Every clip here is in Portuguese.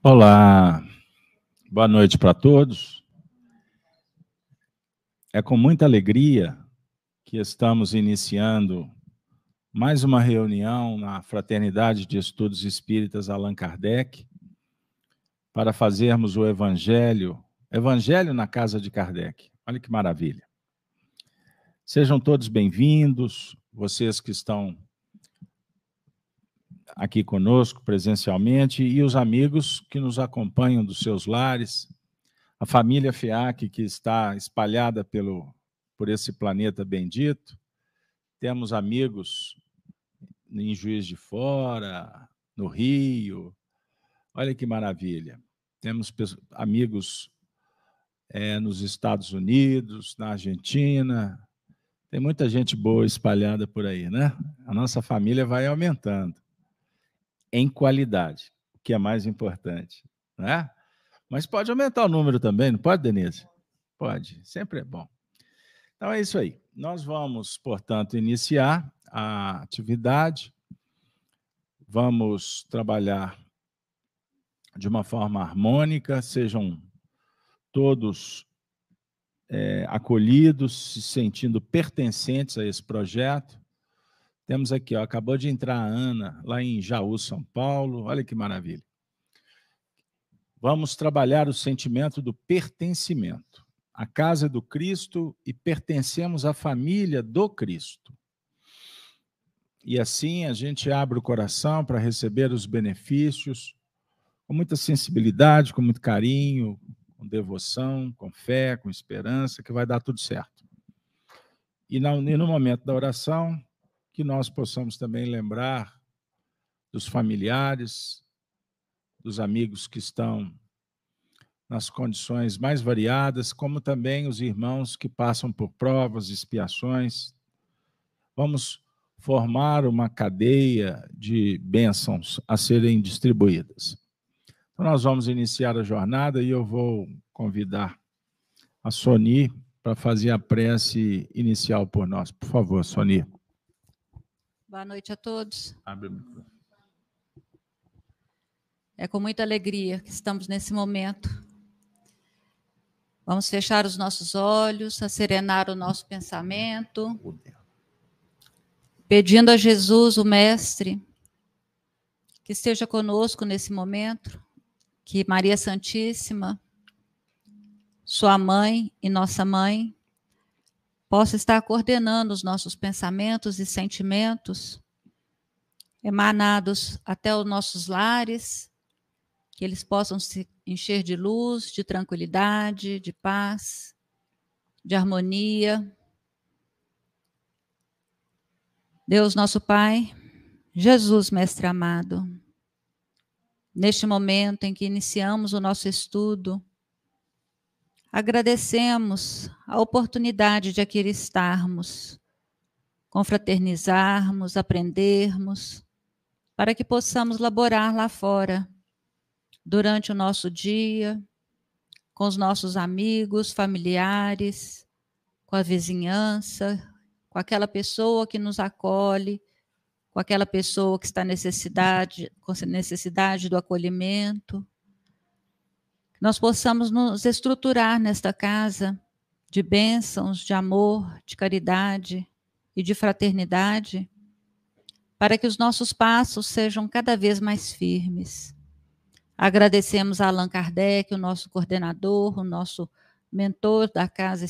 Olá, boa noite para todos. É com muita alegria que estamos iniciando mais uma reunião na Fraternidade de Estudos Espíritas Allan Kardec para fazermos o Evangelho na casa de Kardec. Olha que maravilha. Sejam todos bem-vindos, vocês que estão aqui conosco presencialmente e os amigos que nos acompanham dos seus lares, a família FEAC que está espalhada por esse planeta bendito. Temos amigos em Juiz de Fora, no Rio. Olha que maravilha. Temos amigos nos Estados Unidos, na Argentina. Tem muita gente boa espalhada por aí, né? A nossa família vai aumentando em qualidade, o que é mais importante, né? Mas pode aumentar o número também, não pode, Denise? Pode, sempre é bom. Então é isso aí. Nós vamos, portanto, iniciar a atividade. Vamos trabalhar de uma forma harmônica, sejam todos acolhidos, se sentindo pertencentes a esse projeto. Temos aqui, acabou de entrar a Ana, lá em Jaú, São Paulo. Olha que maravilha. Vamos trabalhar o sentimento do pertencimento. A casa é do Cristo e pertencemos à família do Cristo. E assim a gente abre o coração para receber os benefícios com muita sensibilidade, com muito carinho, com devoção, com fé, com esperança, que vai dar tudo certo. E no momento da oração, que nós possamos também lembrar dos familiares, dos amigos que estão nas condições mais variadas, como também os irmãos que passam por provas, expiações. Vamos formar uma cadeia de bênçãos a serem distribuídas. Então, nós vamos iniciar a jornada e eu vou convidar a Soni para fazer a prece inicial por nós. Por favor, Soni. Boa noite a todos. Abre o microfone. É com muita alegria que estamos nesse momento. Vamos fechar os nossos olhos, serenar o nosso pensamento, pedindo a Jesus, o Mestre, que esteja conosco nesse momento, que Maria Santíssima, sua mãe e nossa mãe, possa estar coordenando os nossos pensamentos e sentimentos, emanados até os nossos lares, que eles possam se encher de luz, de tranquilidade, de paz, de harmonia. Deus nosso Pai, Jesus Mestre amado, neste momento em que iniciamos o nosso estudo, agradecemos a oportunidade de aqui estarmos, confraternizarmos, aprendermos, para que possamos laborar lá fora, durante o nosso dia, com os nossos amigos, familiares, com a vizinhança, com aquela pessoa que nos acolhe, com aquela pessoa que está com necessidade do acolhimento. Que nós possamos nos estruturar nesta casa de bênçãos, de amor, de caridade e de fraternidade, para que os nossos passos sejam cada vez mais firmes. Agradecemos a Allan Kardec, o nosso coordenador, o nosso mentor da casa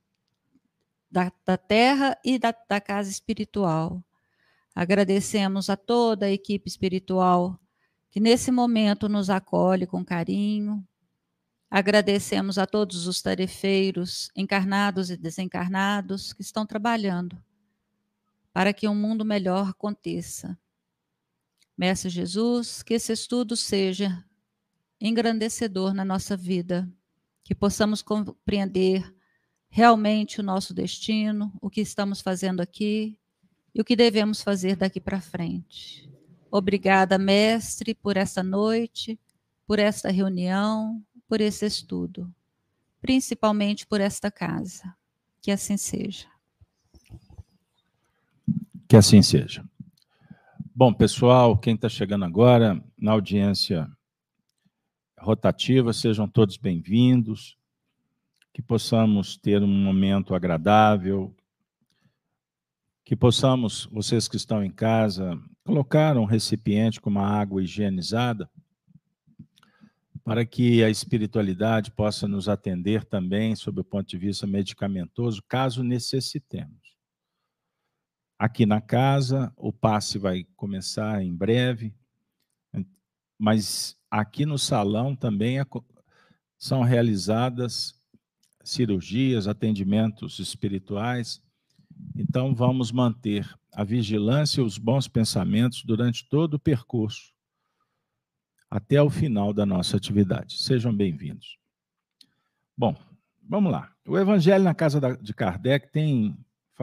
da terra e da casa espiritual. Agradecemos a toda a equipe espiritual que nesse momento nos acolhe com carinho. Agradecemos a todos os tarefeiros, encarnados e desencarnados, que estão trabalhando para que um mundo melhor aconteça. Mestre Jesus, que esse estudo seja engrandecedor na nossa vida, que possamos compreender realmente o nosso destino, o que estamos fazendo aqui e o que devemos fazer daqui para frente. Obrigada, Mestre, por esta noite, por esta reunião, por esse estudo, principalmente por esta casa. Que assim seja. Que assim seja. Bom, pessoal, quem está chegando agora na audiência rotativa, sejam todos bem-vindos, que possamos ter um momento agradável, que possamos, vocês que estão em casa, colocar um recipiente com uma água higienizada, para que a espiritualidade possa nos atender também sob o ponto de vista medicamentoso, caso necessitemos. Aqui na casa, o passe vai começar em breve, mas aqui no salão também são realizadas cirurgias, atendimentos espirituais. Então, vamos manter a vigilância e os bons pensamentos durante todo o percurso, até o final da nossa atividade. Sejam bem-vindos. Bom, vamos lá. O Evangelho na Casa de Kardec tem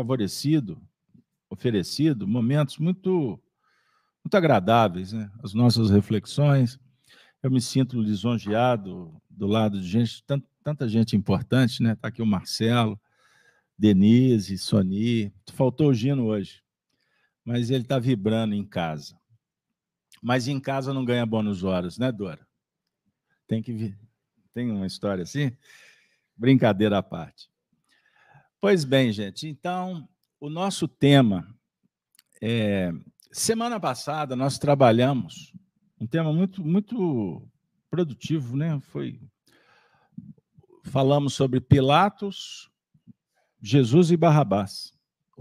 oferecido momentos muito agradáveis, né? As nossas reflexões. Eu me sinto lisonjeado do lado de gente, tanta gente importante, né? Está aqui o Marcelo, Denise, Soni. Faltou o Gino hoje, mas ele está vibrando em casa. Mas em casa não ganha bônus horas, né, Dora? Tem uma história assim? Brincadeira à parte. Pois bem, gente, então, o nosso tema semana passada nós trabalhamos um tema muito produtivo, né? Falamos sobre Pilatos, Jesus e Barrabás.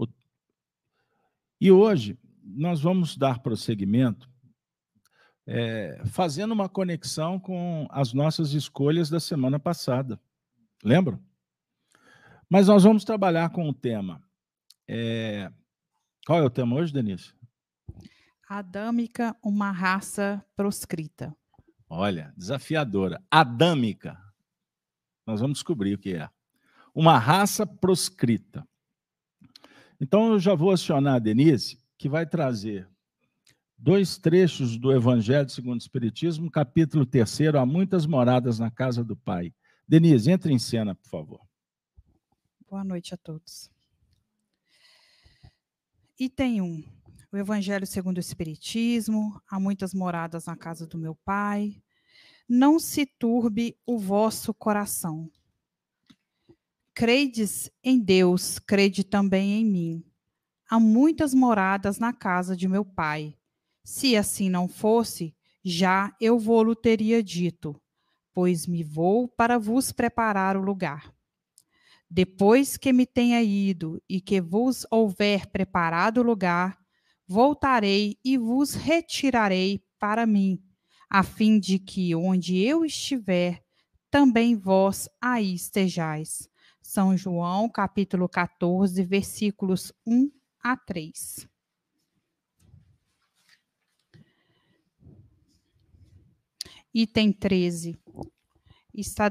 E hoje nós vamos dar prosseguimento fazendo uma conexão com as nossas escolhas da semana passada. Lembram? Mas nós vamos trabalhar com o tema. Qual é o tema hoje, Denise? Adâmica, uma raça proscrita. Olha, desafiadora. Adâmica. Nós vamos descobrir o que é. Uma raça proscrita. Então, eu já vou acionar a Denise, que vai trazer 2 trechos do Evangelho segundo o Espiritismo, capítulo 3, Há muitas moradas na casa do Pai. Denise, entre em cena, por favor. Boa noite a todos. Item 1. O Evangelho segundo o Espiritismo, há muitas moradas na casa do meu Pai. Não se turbe o vosso coração. Credes em Deus, crede também em mim. Há muitas moradas na casa de meu Pai. Se assim não fosse, já eu vô-lo teria dito, pois me vou para vos preparar o lugar. Depois que me tenha ido e que vos houver preparado o lugar, voltarei e vos retirarei para mim, a fim de que onde eu estiver, também vós aí estejais. São João, capítulo 14, versículos 1 a 3. Item 13. Está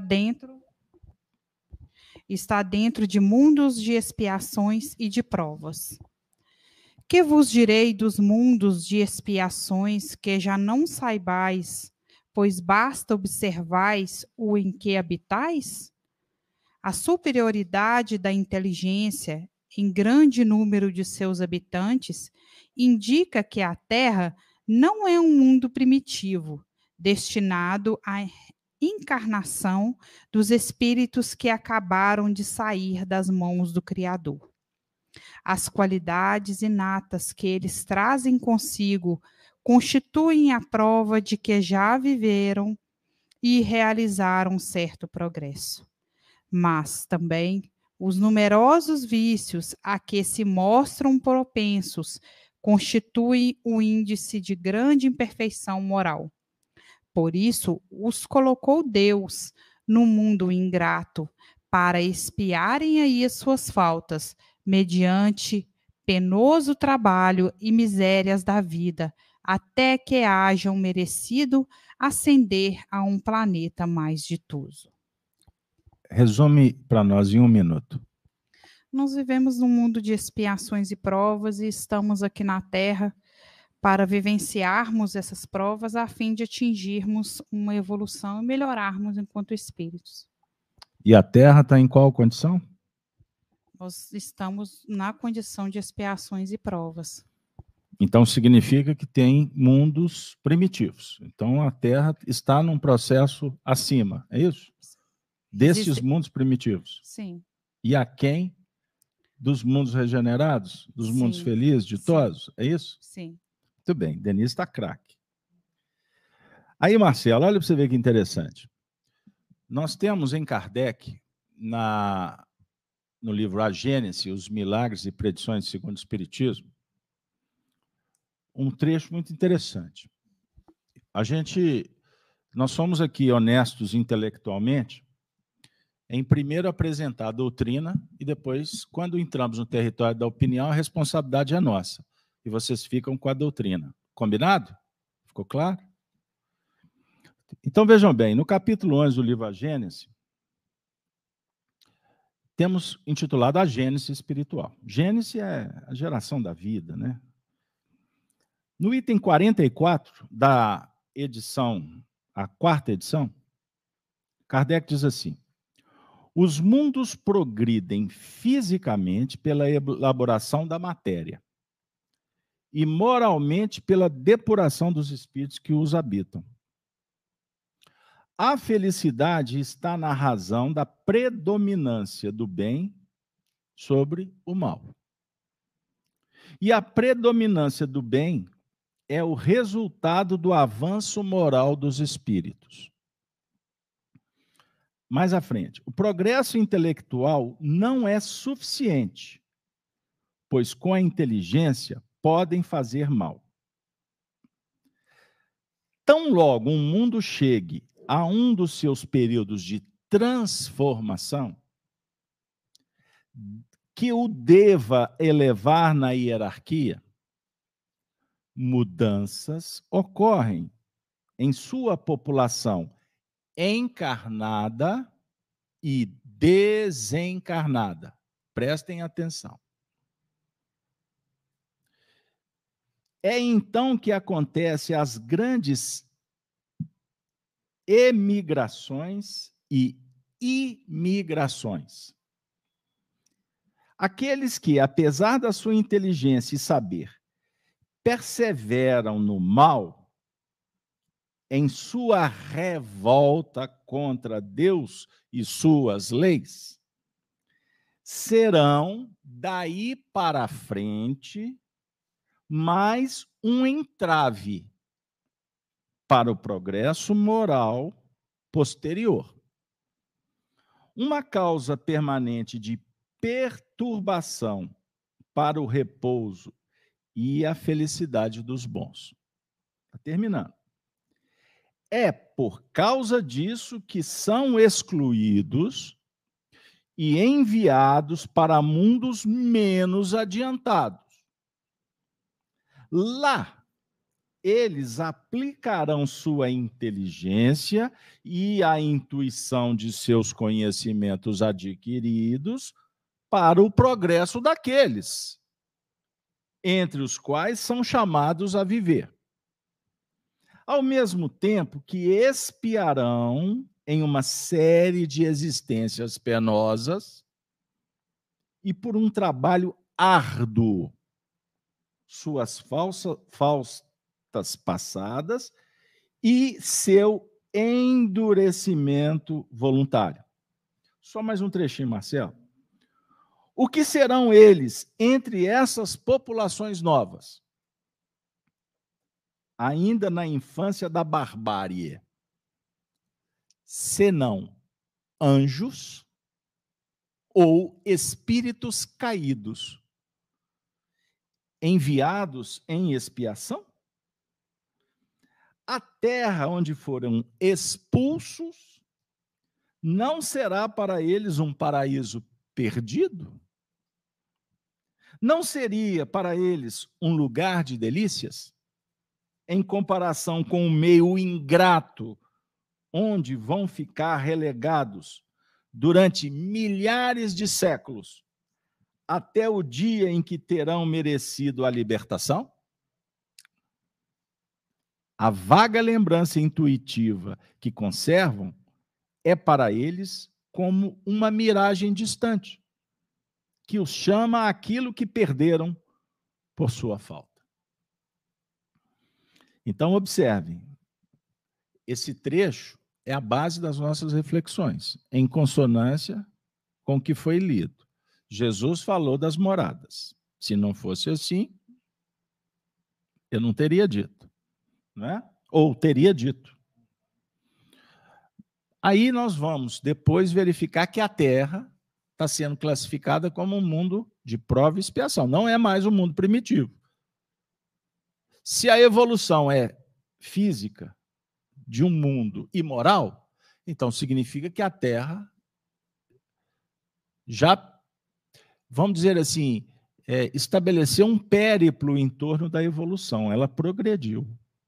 dentro de mundos de expiações e de provas. Que vos direi dos mundos de expiações que já não saibais, pois basta observais o em que habitais? A superioridade da inteligência em grande número de seus habitantes indica que a Terra não é um mundo primitivo, destinado à encarnação dos espíritos que acabaram de sair das mãos do Criador. As qualidades inatas que eles trazem consigo constituem a prova de que já viveram e realizaram certo progresso. Mas também os numerosos vícios a que se mostram propensos constituem o índice de grande imperfeição moral. Por isso, os colocou Deus no mundo ingrato, para expiarem aí as suas faltas, mediante penoso trabalho e misérias da vida, até que hajam merecido ascender a um planeta mais ditoso. Resume para nós em 1 minuto. Nós vivemos num mundo de expiações e provas e estamos aqui na Terra para vivenciarmos essas provas a fim de atingirmos uma evolução e melhorarmos enquanto espíritos. E a Terra está em qual condição? Nós estamos na condição de expiações e provas. Então, significa que tem mundos primitivos. Então, a Terra está num processo acima, é isso? Desses mundos primitivos. Sim. E aquém dos mundos regenerados, dos mundos felizes, ditosos, é isso? Sim. Muito bem, Denise está craque. Aí, Marcelo, olha para você ver que interessante. Nós temos em Kardec, no livro A Gênese, Os Milagres e Predições segundo o Espiritismo, um trecho muito interessante. Nós somos aqui honestos intelectualmente em primeiro apresentar a doutrina e depois, quando entramos no território da opinião, a responsabilidade é nossa. E vocês ficam com a doutrina. Combinado? Ficou claro? Então, vejam bem, no capítulo 11 do livro A Gênese, temos intitulado A Gênese Espiritual. Gênese é a geração da vida, né? No item 44 da edição, a quarta edição, Kardec diz assim: os mundos progridem fisicamente pela elaboração da matéria e moralmente pela depuração dos espíritos que os habitam. A felicidade está na razão da predominância do bem sobre o mal. E a predominância do bem é o resultado do avanço moral dos espíritos. Mais à frente, o progresso intelectual não é suficiente, pois com a inteligência podem fazer mal. Tão logo um mundo chegue a um dos seus períodos de transformação, que o deva elevar na hierarquia, mudanças ocorrem em sua população encarnada e desencarnada. Prestem atenção. É então que acontecem as grandes emigrações e imigrações. Aqueles que, apesar da sua inteligência e saber, perseveram no mal, em sua revolta contra Deus e suas leis, serão, daí para frente, mais um entrave para o progresso moral posterior. Uma causa permanente de perturbação para o repouso e a felicidade dos bons. Está terminando. É por causa disso que são excluídos e enviados para mundos menos adiantados. Lá, eles aplicarão sua inteligência e a intuição de seus conhecimentos adquiridos para o progresso daqueles, entre os quais são chamados a viver. Ao mesmo tempo que expiarão em uma série de existências penosas e por um trabalho árduo suas faltas passadas e seu endurecimento voluntário. Só mais um trechinho, Marcelo. O que serão eles entre essas populações novas? Ainda na infância da barbárie, senão anjos ou espíritos caídos, enviados em expiação? A terra onde foram expulsos não será para eles um paraíso perdido? Não seria para eles um lugar de delícias? Em comparação com o meio ingrato, onde vão ficar relegados durante milhares de séculos, até o dia em que terão merecido a libertação? A vaga lembrança intuitiva que conservam é para eles como uma miragem distante, que os chama aquilo que perderam por sua falta. Então, observem, esse trecho é a base das nossas reflexões, em consonância com o que foi lido. Jesus falou das moradas. Se não fosse assim, eu não teria dito, né? Ou teria dito. Aí nós vamos depois verificar que a Terra está sendo classificada como um mundo de prova e expiação. Não é mais um mundo primitivo. Se a evolução é física de um mundo imoral, então significa que a Terra já, vamos dizer assim, estabeleceu um périplo em torno da evolução. Ela progrediu.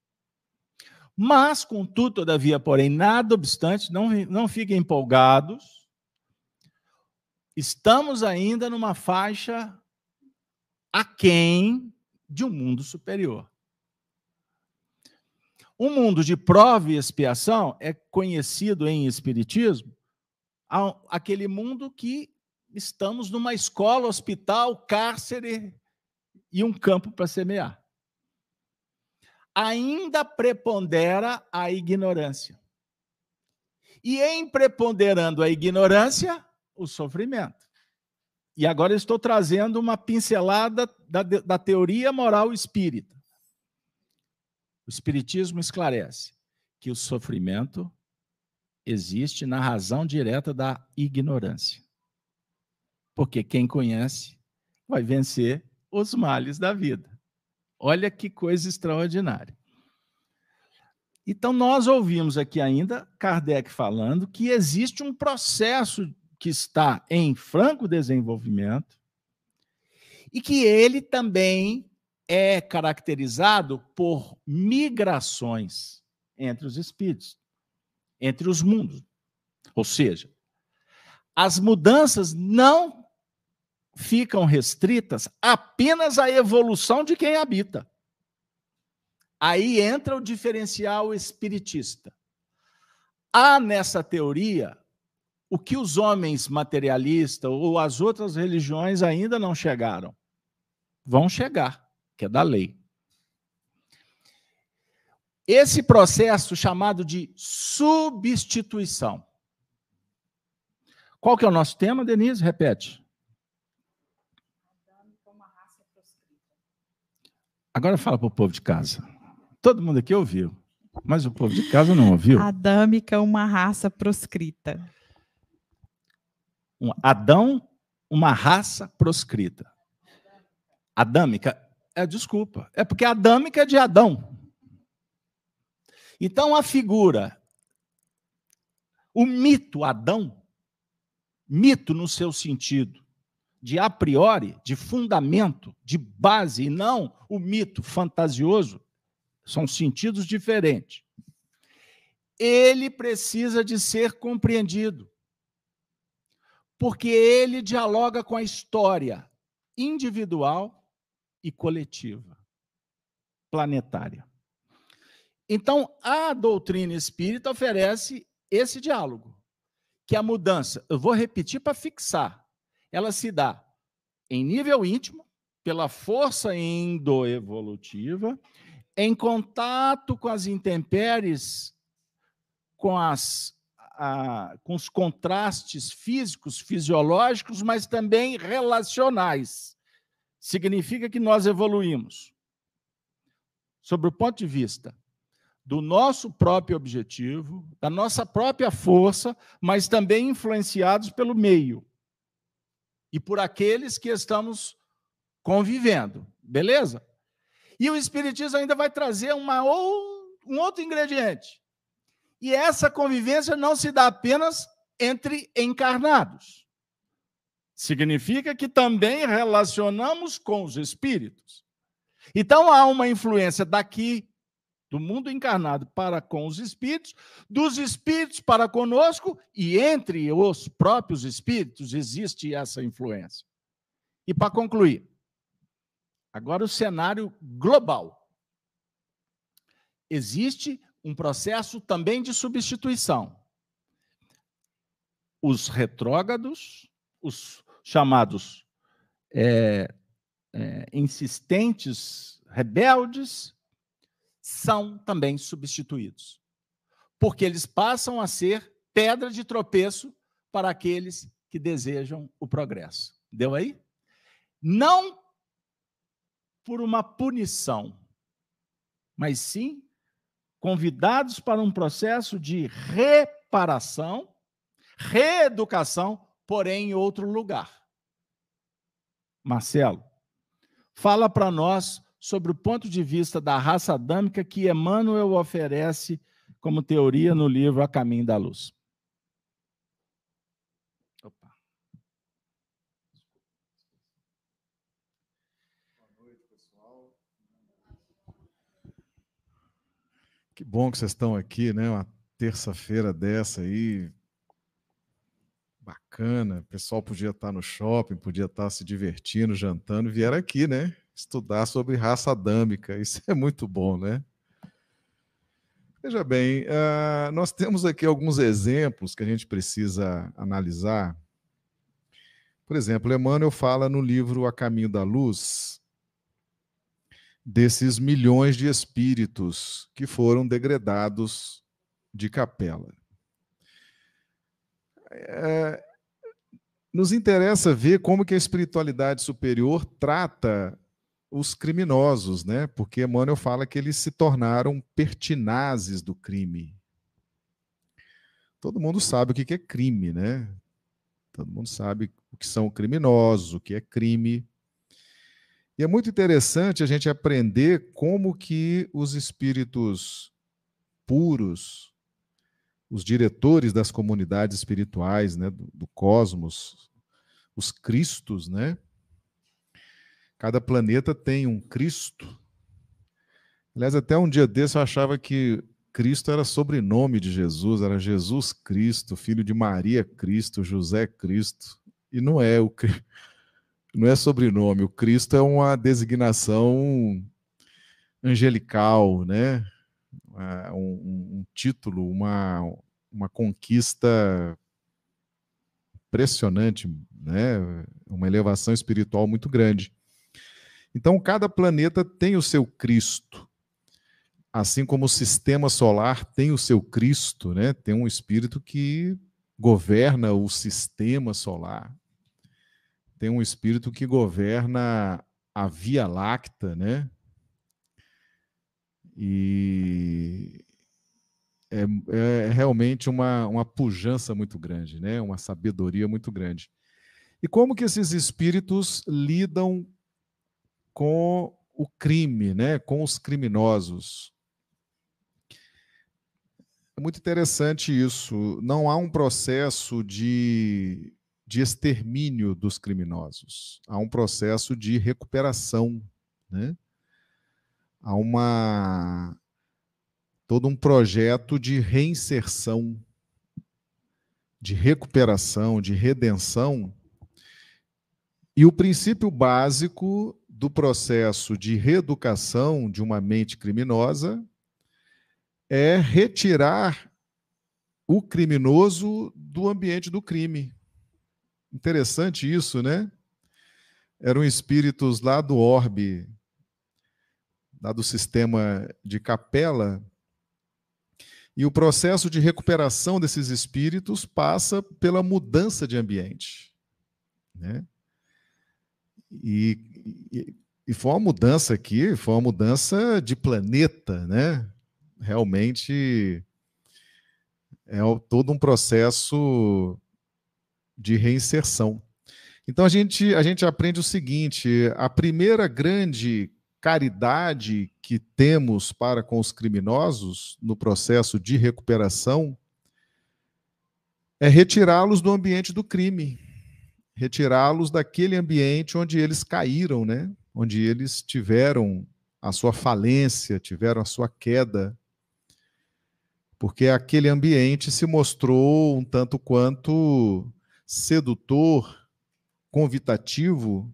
Mas, contudo, todavia, porém, nada obstante, não fiquem empolgados, estamos ainda numa faixa aquém de um mundo superior. Um mundo de prova e expiação é conhecido em espiritismo aquele mundo que estamos numa escola, hospital, cárcere e um campo para semear. Ainda prepondera a ignorância. E em preponderando a ignorância, o sofrimento. E agora eu estou trazendo uma pincelada da teoria moral espírita. O espiritismo esclarece que o sofrimento existe na razão direta da ignorância. Porque quem conhece vai vencer os males da vida. Olha que coisa extraordinária. Então, nós ouvimos aqui ainda Kardec falando que existe um processo que está em franco desenvolvimento e que ele também é caracterizado por migrações entre os espíritos, entre os mundos. Ou seja, as mudanças não ficam restritas apenas à evolução de quem habita. Aí entra o diferencial espiritista. Há nessa teoria o que os homens materialistas ou as outras religiões ainda não chegaram. Vão chegar, que é da lei. Esse processo chamado de substituição. Qual que é o nosso tema, Denise? Repete. Agora fala para o povo de casa. Todo mundo aqui ouviu, mas o povo de casa não ouviu. Adâmica, uma raça proscrita. Adão, uma raça proscrita. Adâmica, desculpa, é porque adâmica é de Adão. Então a figura, o mito Adão, mito no seu sentido de a priori, de fundamento, de base, e não o mito fantasioso, são sentidos diferentes. Ele precisa de ser compreendido, porque ele dialoga com a história individual e coletiva, planetária. Então, a doutrina espírita oferece esse diálogo, que a mudança, eu vou repetir para fixar, ela se dá em nível íntimo, pela força endoevolutiva, em contato com as intempéries, com os contrastes físicos, fisiológicos, mas também relacionais. Significa que nós evoluímos, sob o ponto de vista do nosso próprio objetivo, da nossa própria força, mas também influenciados pelo meio e por aqueles que estamos convivendo, beleza? E o Espiritismo ainda vai trazer um outro ingrediente. E essa convivência não se dá apenas entre encarnados. Significa que também relacionamos com os espíritos. Então, há uma influência daqui, do mundo encarnado para com os espíritos, dos espíritos para conosco, e entre os próprios espíritos existe essa influência. E para concluir, agora o cenário global. Existe um processo também de substituição. Os retrógrados, os chamados insistentes, rebeldes, são também substituídos, porque eles passam a ser pedra de tropeço para aqueles que desejam o progresso. Deu aí? Não por uma punição, mas sim convidados para um processo de reparação, reeducação, porém em outro lugar. Marcelo, fala para nós sobre o ponto de vista da raça adâmica que Emmanuel oferece como teoria no livro A Caminho da Luz. Opa. Boa noite, pessoal. Que bom que vocês estão aqui, né? Uma terça-feira dessa aí, bacana. O pessoal podia estar no shopping, podia estar se divertindo, jantando, vieram aqui, né? Estudar sobre raça adâmica. Isso é muito bom, né? Veja bem, nós temos aqui alguns exemplos que a gente precisa analisar. Por exemplo, Emmanuel fala no livro A Caminho da Luz desses milhões de espíritos que foram degredados de capela. Nos interessa ver como que a espiritualidade superior trata os criminosos, né? Porque Emmanuel fala que eles se tornaram pertinazes do crime. Todo mundo sabe o que é crime, né? Todo mundo sabe o que são criminosos, o que é crime. E é muito interessante a gente aprender como que os espíritos puros, os diretores das comunidades espirituais, né, do cosmos, os Cristos, né? Cada planeta tem um Cristo. Aliás, até um dia desse eu achava que Cristo era sobrenome de Jesus, era Jesus Cristo, filho de Maria Cristo, José Cristo. E não é, não é sobrenome, o Cristo é uma designação angelical, né? Um título, uma conquista impressionante, né? Uma elevação espiritual muito grande. Então, cada planeta tem o seu Cristo, assim como o sistema solar tem o seu Cristo, né? Tem um espírito que governa o sistema solar. Tem um espírito que governa a Via Láctea, né? E é realmente uma pujança muito grande, né? Uma sabedoria muito grande. E como que esses espíritos lidam com o crime, né? Com os criminosos? É muito interessante isso. Não há um processo de extermínio dos criminosos. Há um processo de recuperação, né? Há todo um projeto de reinserção, de recuperação, de redenção. E o princípio básico do processo de reeducação de uma mente criminosa é retirar o criminoso do ambiente do crime. Interessante isso, né? Eram espíritos lá do orbe, lá do sistema de Capela, e o processo de recuperação desses espíritos passa pela mudança de ambiente, né? E foi uma mudança aqui, foi uma mudança de planeta, né? Realmente é todo um processo de reinserção. Então a gente aprende o seguinte: a primeira grande caridade que temos para com os criminosos no processo de recuperação é retirá-los do ambiente do crime, retirá-los daquele ambiente onde eles caíram, né? Onde eles tiveram a sua falência, tiveram a sua queda, porque aquele ambiente se mostrou um tanto quanto sedutor, convidativo,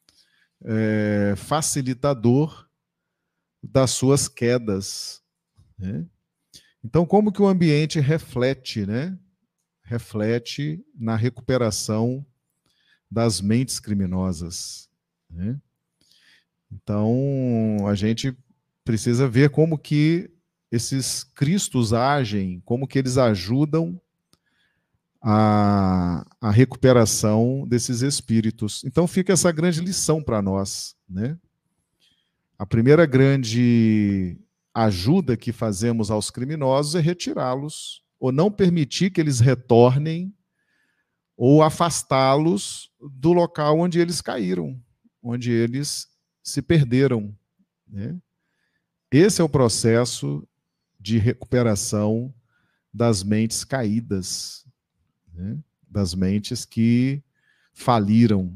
facilitador das suas quedas, né? Então, como que o ambiente reflete, né? Reflete na recuperação das mentes criminosas, né? Então, a gente precisa ver como que esses cristos agem, como que eles ajudam a recuperação desses espíritos. Então fica essa grande lição para nós, né? A primeira grande ajuda que fazemos aos criminosos é retirá-los, ou não permitir que eles retornem, ou afastá-los do local onde eles caíram, onde eles se perderam, né? Esse é o processo de recuperação das mentes caídas, né? Das mentes que faliram.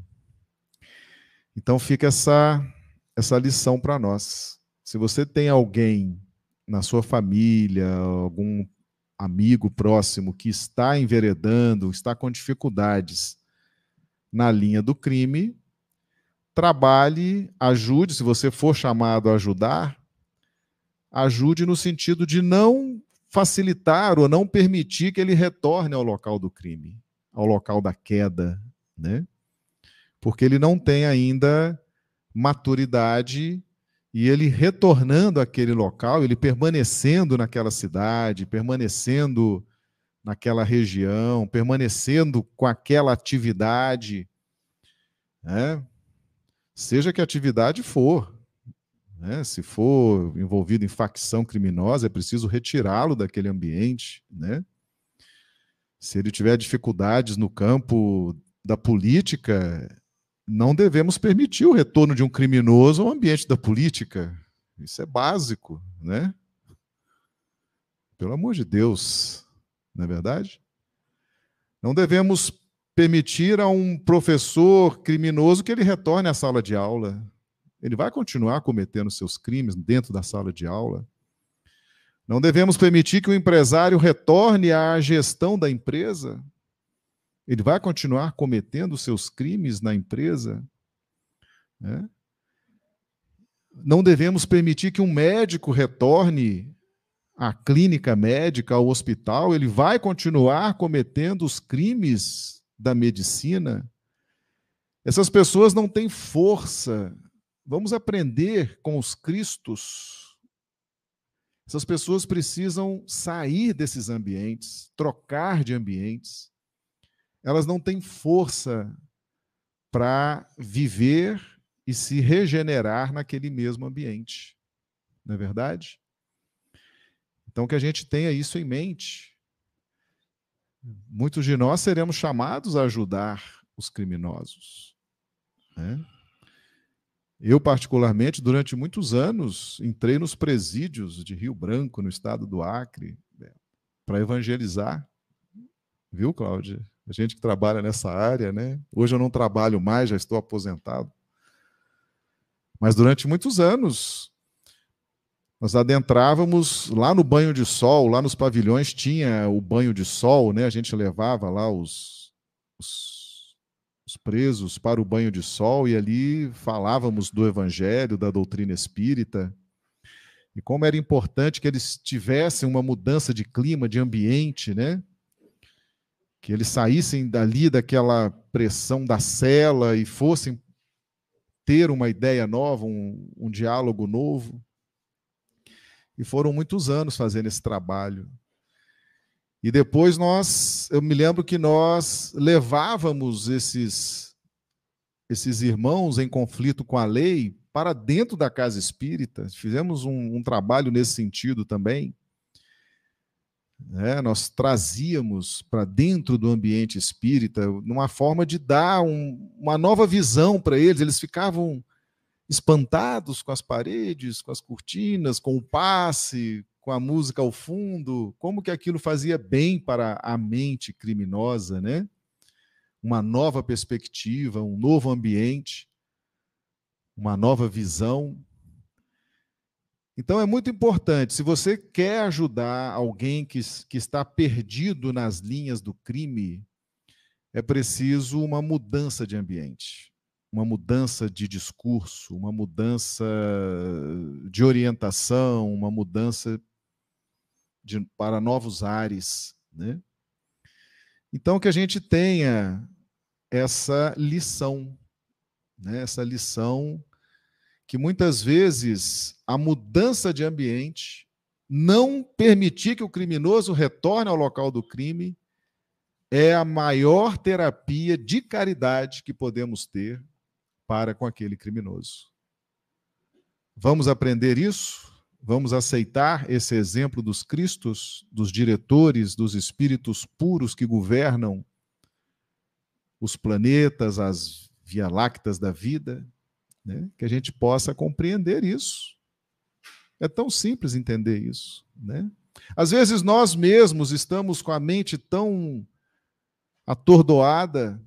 Então fica essa lição para nós. Se você tem alguém na sua família, algum amigo próximo que está enveredando, está com dificuldades na linha do crime, trabalhe, ajude, se você for chamado a ajudar, ajude no sentido de não facilitar ou não permitir que ele retorne ao local do crime, ao local da queda, né? Porque ele não tem ainda maturidade e ele retornando àquele local, ele permanecendo naquela cidade, permanecendo naquela região, permanecendo com aquela atividade, né? Seja que atividade for, né? Se for envolvido em facção criminosa, é preciso retirá-lo daquele ambiente, né? Se ele tiver dificuldades no campo da política, não devemos permitir o retorno de um criminoso ao ambiente da política. Isso é básico, né? Pelo amor de Deus, não é verdade? Não devemos permitir a um professor criminoso que ele retorne à sala de aula. Ele vai continuar cometendo seus crimes dentro da sala de aula. Não devemos permitir que o empresário retorne à gestão da empresa. Ele vai continuar cometendo seus crimes na empresa, né? Não devemos permitir que um médico retorne à clínica médica, ao hospital. Ele vai continuar cometendo os crimes da medicina. Essas pessoas não têm força. Vamos aprender com os cristos. Essas pessoas precisam sair desses ambientes, trocar de ambientes. Elas não têm força para viver e se regenerar naquele mesmo ambiente. Não é verdade? Então, que a gente tenha isso em mente. Muitos de nós seremos chamados a ajudar os criminosos, né? Eu, particularmente, durante muitos anos, entrei nos presídios de Rio Branco, no estado do Acre, para evangelizar. Viu, Cláudia? A gente que trabalha nessa área, né? Hoje eu não trabalho mais, já estou aposentado. Mas durante muitos anos, nós adentrávamos lá no banho de sol, lá nos pavilhões tinha o banho de sol, né? A gente levava lá os presos para o banho de sol e ali falávamos do evangelho, da doutrina espírita. E como era importante que eles tivessem uma mudança de clima, de ambiente, né? Que eles saíssem dali daquela pressão da cela e fossem ter uma ideia nova, um diálogo novo. E foram muitos anos fazendo esse trabalho. E depois eu me lembro que nós levávamos esses irmãos em conflito com a lei para dentro da casa espírita. Fizemos um trabalho nesse sentido também. Nós trazíamos para dentro do ambiente espírita numa forma de dar uma nova visão para eles. Eles ficavam espantados com as paredes, com as cortinas, com o passe, com a música ao fundo, como que aquilo fazia bem para a mente criminosa, né? Uma nova perspectiva, um novo ambiente, uma nova visão. Então é muito importante, se você quer ajudar alguém que está perdido nas linhas do crime, é preciso uma mudança de ambiente, uma mudança de discurso, uma mudança de orientação, uma mudança para novos ares, né? Então que a gente tenha essa lição, né? Essa lição que muitas vezes a mudança de ambiente, não permitir que o criminoso retorne ao local do crime, é a maior terapia de caridade que podemos ter para com aquele criminoso. Vamos aprender isso? Vamos aceitar esse exemplo dos cristos, dos diretores, dos espíritos puros que governam os planetas, as via-lácteas da vida, né? Que a gente possa compreender isso. É tão simples entender isso, né? Às vezes nós mesmos estamos com a mente tão atordoada,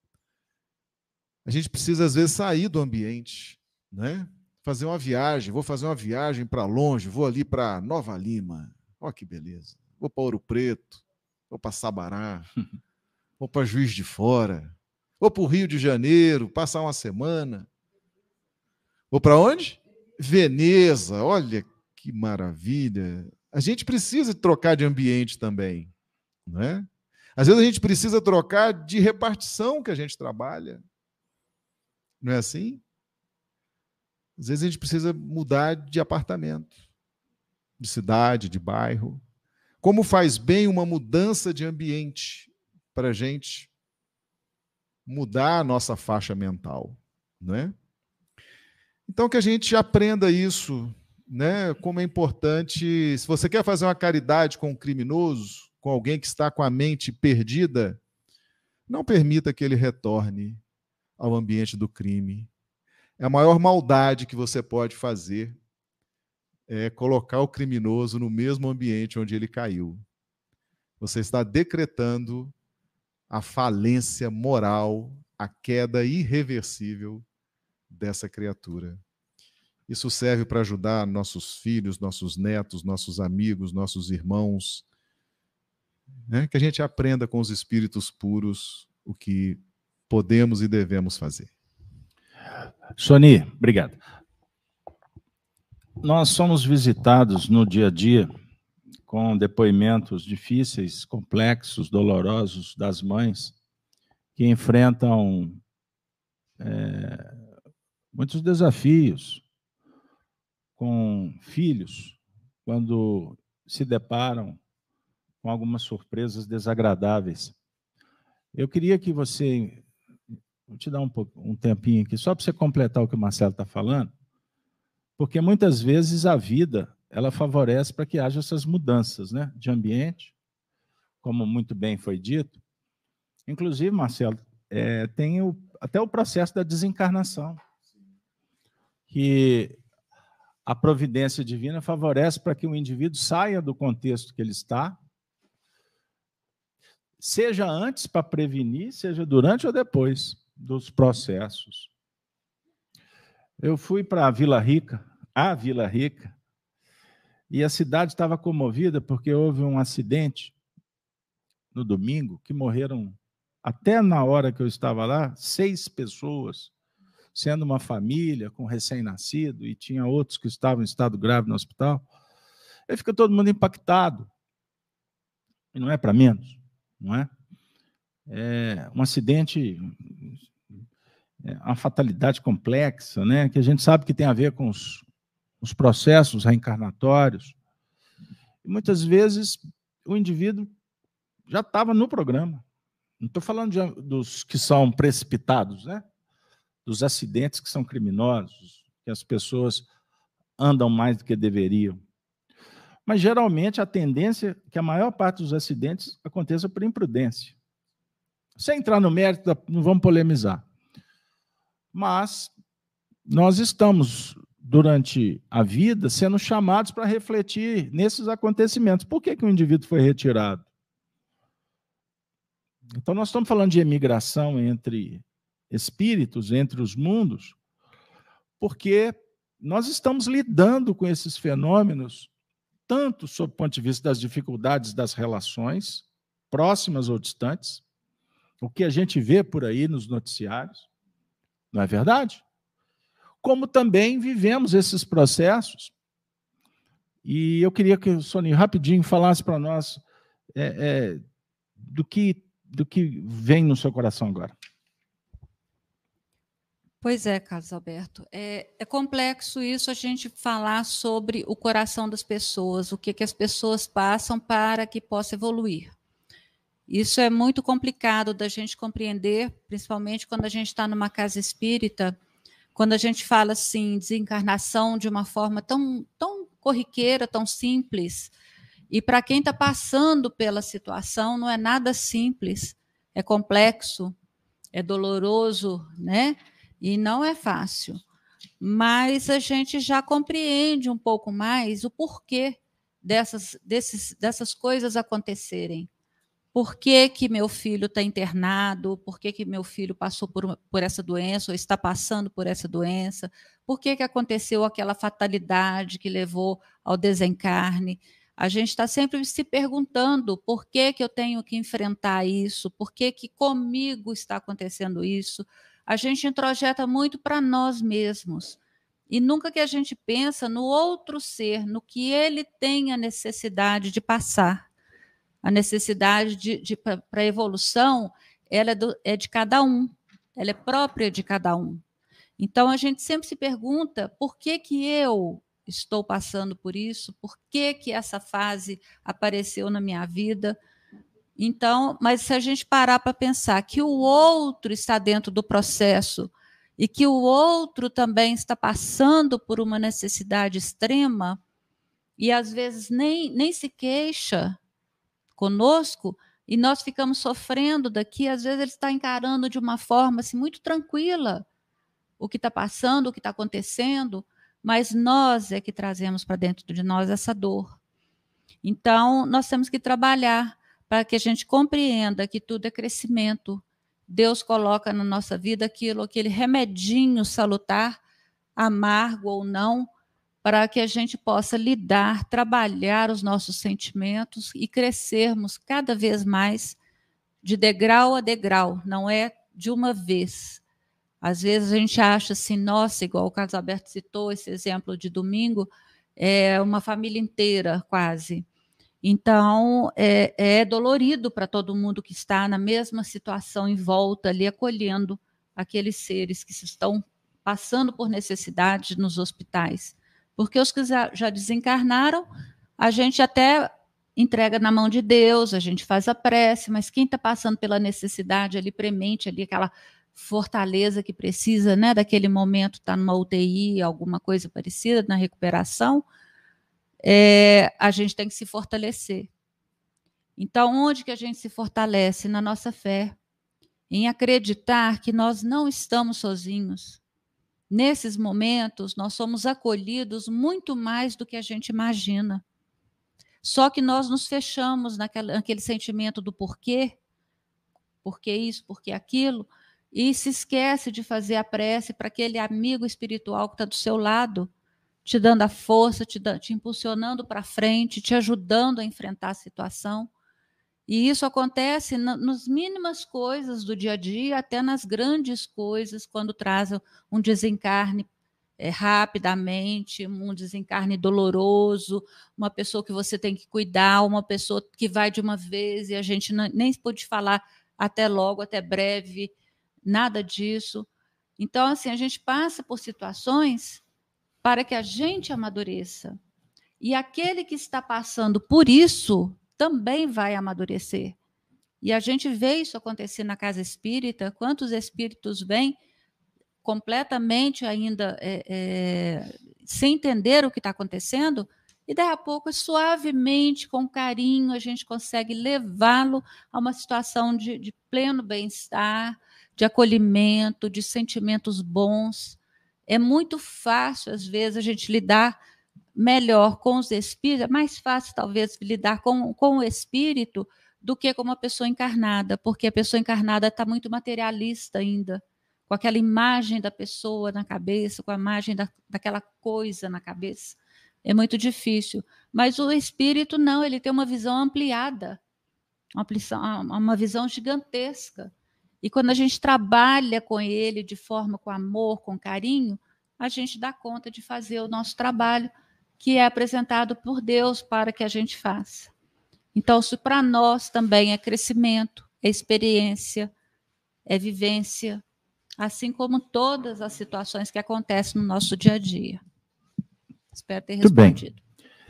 a gente precisa às vezes sair do ambiente, né? Fazer uma viagem, vou fazer uma viagem para longe, vou ali para Nova Lima, olha que beleza, vou para Ouro Preto, vou para Sabará, vou para Juiz de Fora, vou para o Rio de Janeiro, passar uma semana, vou para onde? Veneza, olha que maravilha. A gente precisa trocar de ambiente também, não é? Às vezes a gente precisa trocar de repartição que a gente trabalha, não é assim? Às vezes a gente precisa mudar de apartamento, de cidade, de bairro. Como faz bem uma mudança de ambiente para a gente mudar a nossa faixa mental, não é? Então, que a gente aprenda isso, né? Como é importante, se você quer fazer uma caridade com um criminoso, com alguém que está com a mente perdida, não permita que ele retorne ao ambiente do crime. É a maior maldade que você pode fazer é colocar o criminoso no mesmo ambiente onde ele caiu. Você está decretando a falência moral, a queda irreversível dessa criatura. Isso serve para ajudar nossos filhos, nossos netos, nossos amigos, nossos irmãos, né? Que a gente aprenda com os espíritos puros o que podemos e devemos fazer. Soni, obrigado. Nós somos visitados no dia a dia com depoimentos difíceis, complexos, dolorosos das mães que enfrentam muitos desafios com filhos quando se deparam com algumas surpresas desagradáveis. Eu queria que você... Vou te dar um tempinho aqui, só para você completar o que o Marcelo está falando, porque muitas vezes a vida ela favorece para que haja essas mudanças, né, de ambiente, como muito bem foi dito. Inclusive, Marcelo, tem até o processo da desencarnação, que a providência divina favorece para que o indivíduo saia do contexto que ele está, seja antes para prevenir, seja durante ou depois dos processos. Eu fui para a Vila Rica, e a cidade estava comovida porque houve um acidente no domingo que morreram, até na hora que eu estava lá, 6 pessoas, sendo uma família com recém-nascido, e tinha outros que estavam em estado grave no hospital. Aí fica todo mundo impactado. E não é para menos, não é? É um acidente, uma fatalidade complexa, né? Que a gente sabe que tem a ver com os processos reencarnatórios. E muitas vezes o indivíduo já estava no programa. Não estou falando dos que são precipitados, né? Dos acidentes que são criminosos, que as pessoas andam mais do que deveriam. Mas, geralmente, a tendência é que a maior parte dos acidentes aconteça por imprudência. Sem entrar no mérito, não vamos polemizar. Mas nós estamos, durante a vida, sendo chamados para refletir nesses acontecimentos. Por que o indivíduo foi retirado? Então, nós estamos falando de emigração entre espíritos, entre os mundos, porque nós estamos lidando com esses fenômenos, tanto sob o ponto de vista das dificuldades das relações, próximas ou distantes, o que a gente vê por aí nos noticiários, não é verdade? Como também vivemos esses processos. E eu queria que o Soninho rapidinho falasse para nós do que vem no seu coração agora. Pois é, Carlos Alberto. É complexo isso, a gente falar sobre o coração das pessoas, o que as pessoas passam para que possa evoluir. Isso é muito complicado da gente compreender, principalmente quando a gente está numa casa espírita, quando a gente fala assim, desencarnação de uma forma tão corriqueira, tão simples. E para quem está passando pela situação, não é nada simples, é complexo, é doloroso, né? E não é fácil. Mas a gente já compreende um pouco mais o porquê dessas coisas acontecerem. Por que que meu filho está internado? Por que que meu filho passou por essa doença ou está passando por essa doença? Por que que aconteceu aquela fatalidade que levou ao desencarne? A gente está sempre se perguntando por que que eu tenho que enfrentar isso? Por que que comigo está acontecendo isso? A gente introjeta muito para nós mesmos. E nunca que a gente pensa no outro ser, no que ele tem a necessidade de passar. A necessidade para a evolução, ela é de cada um, ela é própria de cada um. Então, a gente sempre se pergunta por que que eu estou passando por isso, por que que essa fase apareceu na minha vida. Então, mas se a gente parar para pensar que o outro está dentro do processo e que o outro também está passando por uma necessidade extrema e às vezes nem se queixa conosco, e nós ficamos sofrendo daqui, às vezes ele está encarando de uma forma assim, muito tranquila o que está passando, o que está acontecendo, mas nós é que trazemos para dentro de nós essa dor. Então, nós temos que trabalhar para que a gente compreenda que tudo é crescimento. Deus coloca na nossa vida aquele remedinho salutar, amargo ou não, para que a gente possa lidar, trabalhar os nossos sentimentos e crescermos cada vez mais de degrau a degrau, não é de uma vez. Às vezes a gente acha assim, nossa, igual o Carlos Alberto citou esse exemplo de domingo, é uma família inteira quase. Então, é dolorido para todo mundo que está na mesma situação em volta ali, acolhendo aqueles seres que estão passando por necessidade nos hospitais. Porque os que já desencarnaram, a gente até entrega na mão de Deus, a gente faz a prece, mas quem está passando pela necessidade ali premente, ali aquela fortaleza que precisa, né, daquele momento, está numa UTI, alguma coisa parecida, na recuperação, a gente tem que se fortalecer. Então, onde que a gente se fortalece? Na nossa fé, em acreditar que nós não estamos sozinhos. Nesses momentos, nós somos acolhidos muito mais do que a gente imagina. Só que nós nos fechamos naquele sentimento do porquê isso, porquê aquilo, e se esquece de fazer a prece para aquele amigo espiritual que está do seu lado, te dando a força, te impulsionando para frente, te ajudando a enfrentar a situação. E isso acontece nas mínimas coisas do dia a dia, até nas grandes coisas, quando traz um desencarne rapidamente, um desencarne doloroso, uma pessoa que você tem que cuidar, uma pessoa que vai de uma vez e a gente nem pôde falar até logo, até breve, nada disso. Então, assim, a gente passa por situações para que a gente amadureça. E aquele que está passando por isso também vai amadurecer. E a gente vê isso acontecer na casa espírita, quantos espíritos vêm completamente ainda sem entender o que está acontecendo, e daí a pouco, suavemente, com carinho, a gente consegue levá-lo a uma situação de pleno bem-estar, de acolhimento, de sentimentos bons. É muito fácil, às vezes, a gente lidar melhor com os espíritos, é mais fácil, talvez, lidar com o espírito do que com uma pessoa encarnada, porque a pessoa encarnada está muito materialista ainda, com aquela imagem da pessoa na cabeça, com a imagem daquela coisa na cabeça. É muito difícil. Mas o espírito não, ele tem uma visão ampliada, uma visão gigantesca. E quando a gente trabalha com ele de forma com amor, com carinho, a gente dá conta de fazer o nosso trabalho, que é apresentado por Deus para que a gente faça. Então, isso para nós também é crescimento, é experiência, é vivência, assim como todas as situações que acontecem no nosso dia a dia. Espero ter Muito bem. respondido.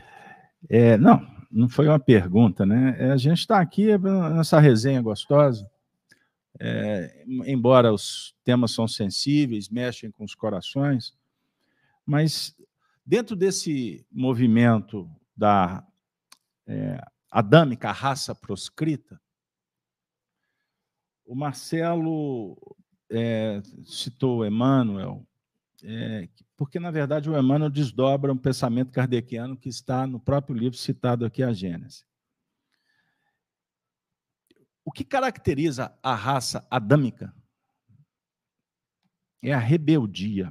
Não foi uma pergunta, né? A gente está aqui nessa resenha gostosa, embora os temas são sensíveis, mexem com os corações, mas dentro desse movimento da adâmica, a raça proscrita, o Marcelo citou o Emmanuel, porque, na verdade, o Emmanuel desdobra um pensamento kardeciano que está no próprio livro citado aqui, a Gênese. O que caracteriza a raça adâmica é a rebeldia.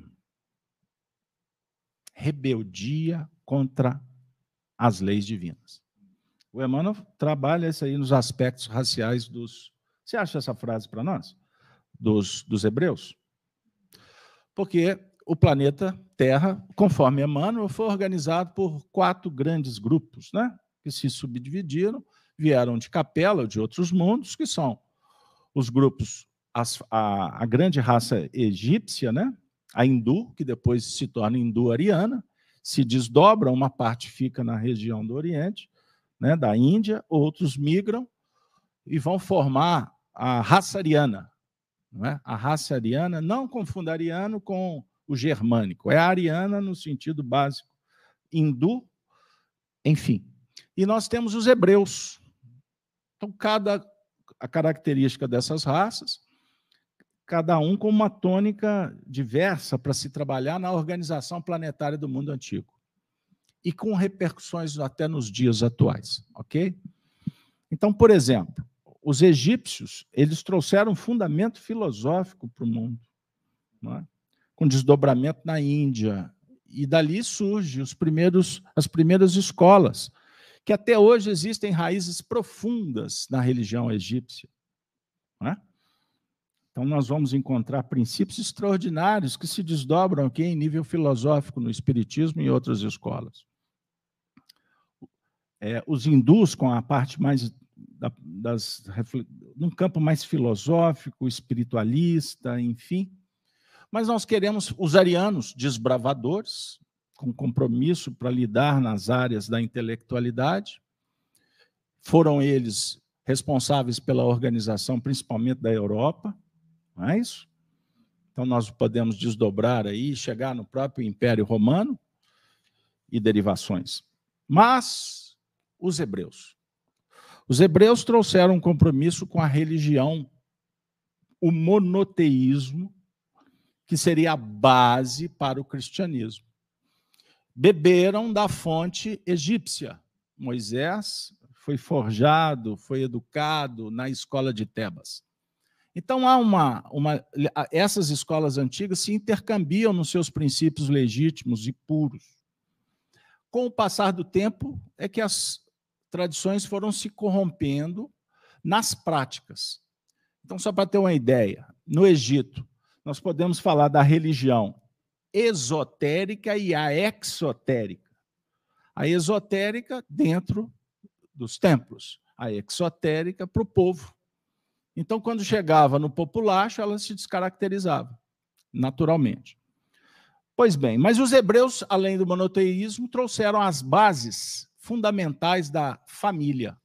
Rebeldia contra as leis divinas. O Emmanuel trabalha isso aí nos aspectos raciais dos... Você acha essa frase para nós? Dos hebreus? Porque o planeta Terra, conforme Emmanuel, foi organizado por 4 grandes grupos, né? Que se subdividiram, vieram de Capela ou de outros mundos, que são os grupos, a grande raça egípcia, né? A hindu, que depois se torna hindu-ariana, se desdobra, uma parte fica na região do Oriente, né? Da Índia, outros migram e vão formar a raça ariana. Não é? A raça ariana, não confunda ariano com o germânico, é a ariana no sentido básico, hindu, enfim. E nós temos os hebreus. Então, a característica dessas raças, cada um com uma tônica diversa para se trabalhar na organização planetária do mundo antigo. E com repercussões até nos dias atuais, ok? Então, por exemplo, os egípcios, eles trouxeram um fundamento filosófico para o mundo, não é? Com desdobramento na Índia, e dali surgem as primeiras escolas, que até hoje existem raízes profundas na religião egípcia. Não é? Então, nós vamos encontrar princípios extraordinários que se desdobram aqui em nível filosófico no Espiritismo e em outras escolas. Os hindus, com a parte mais num campo mais filosófico, espiritualista, enfim. Mas nós queremos os arianos, desbravadores, com compromisso para lidar nas áreas da intelectualidade. Foram eles responsáveis pela organização, principalmente da Europa, não é isso? Então, nós podemos desdobrar aí, chegar no próprio Império Romano e derivações. Mas os hebreus trouxeram um compromisso com a religião, o monoteísmo, que seria a base para o cristianismo. Beberam da fonte egípcia. Moisés foi forjado, foi educado na escola de Tebas. Então, essas escolas antigas se intercambiam nos seus princípios legítimos e puros. Com o passar do tempo, é que as tradições foram se corrompendo nas práticas. Então, só para ter uma ideia, no Egito, nós podemos falar da religião esotérica e a exotérica. A esotérica dentro dos templos, a exotérica para o povo. Então, quando chegava no populacho, ela se descaracterizava, naturalmente. Pois bem, mas os hebreus, além do monoteísmo, trouxeram as bases fundamentais da família.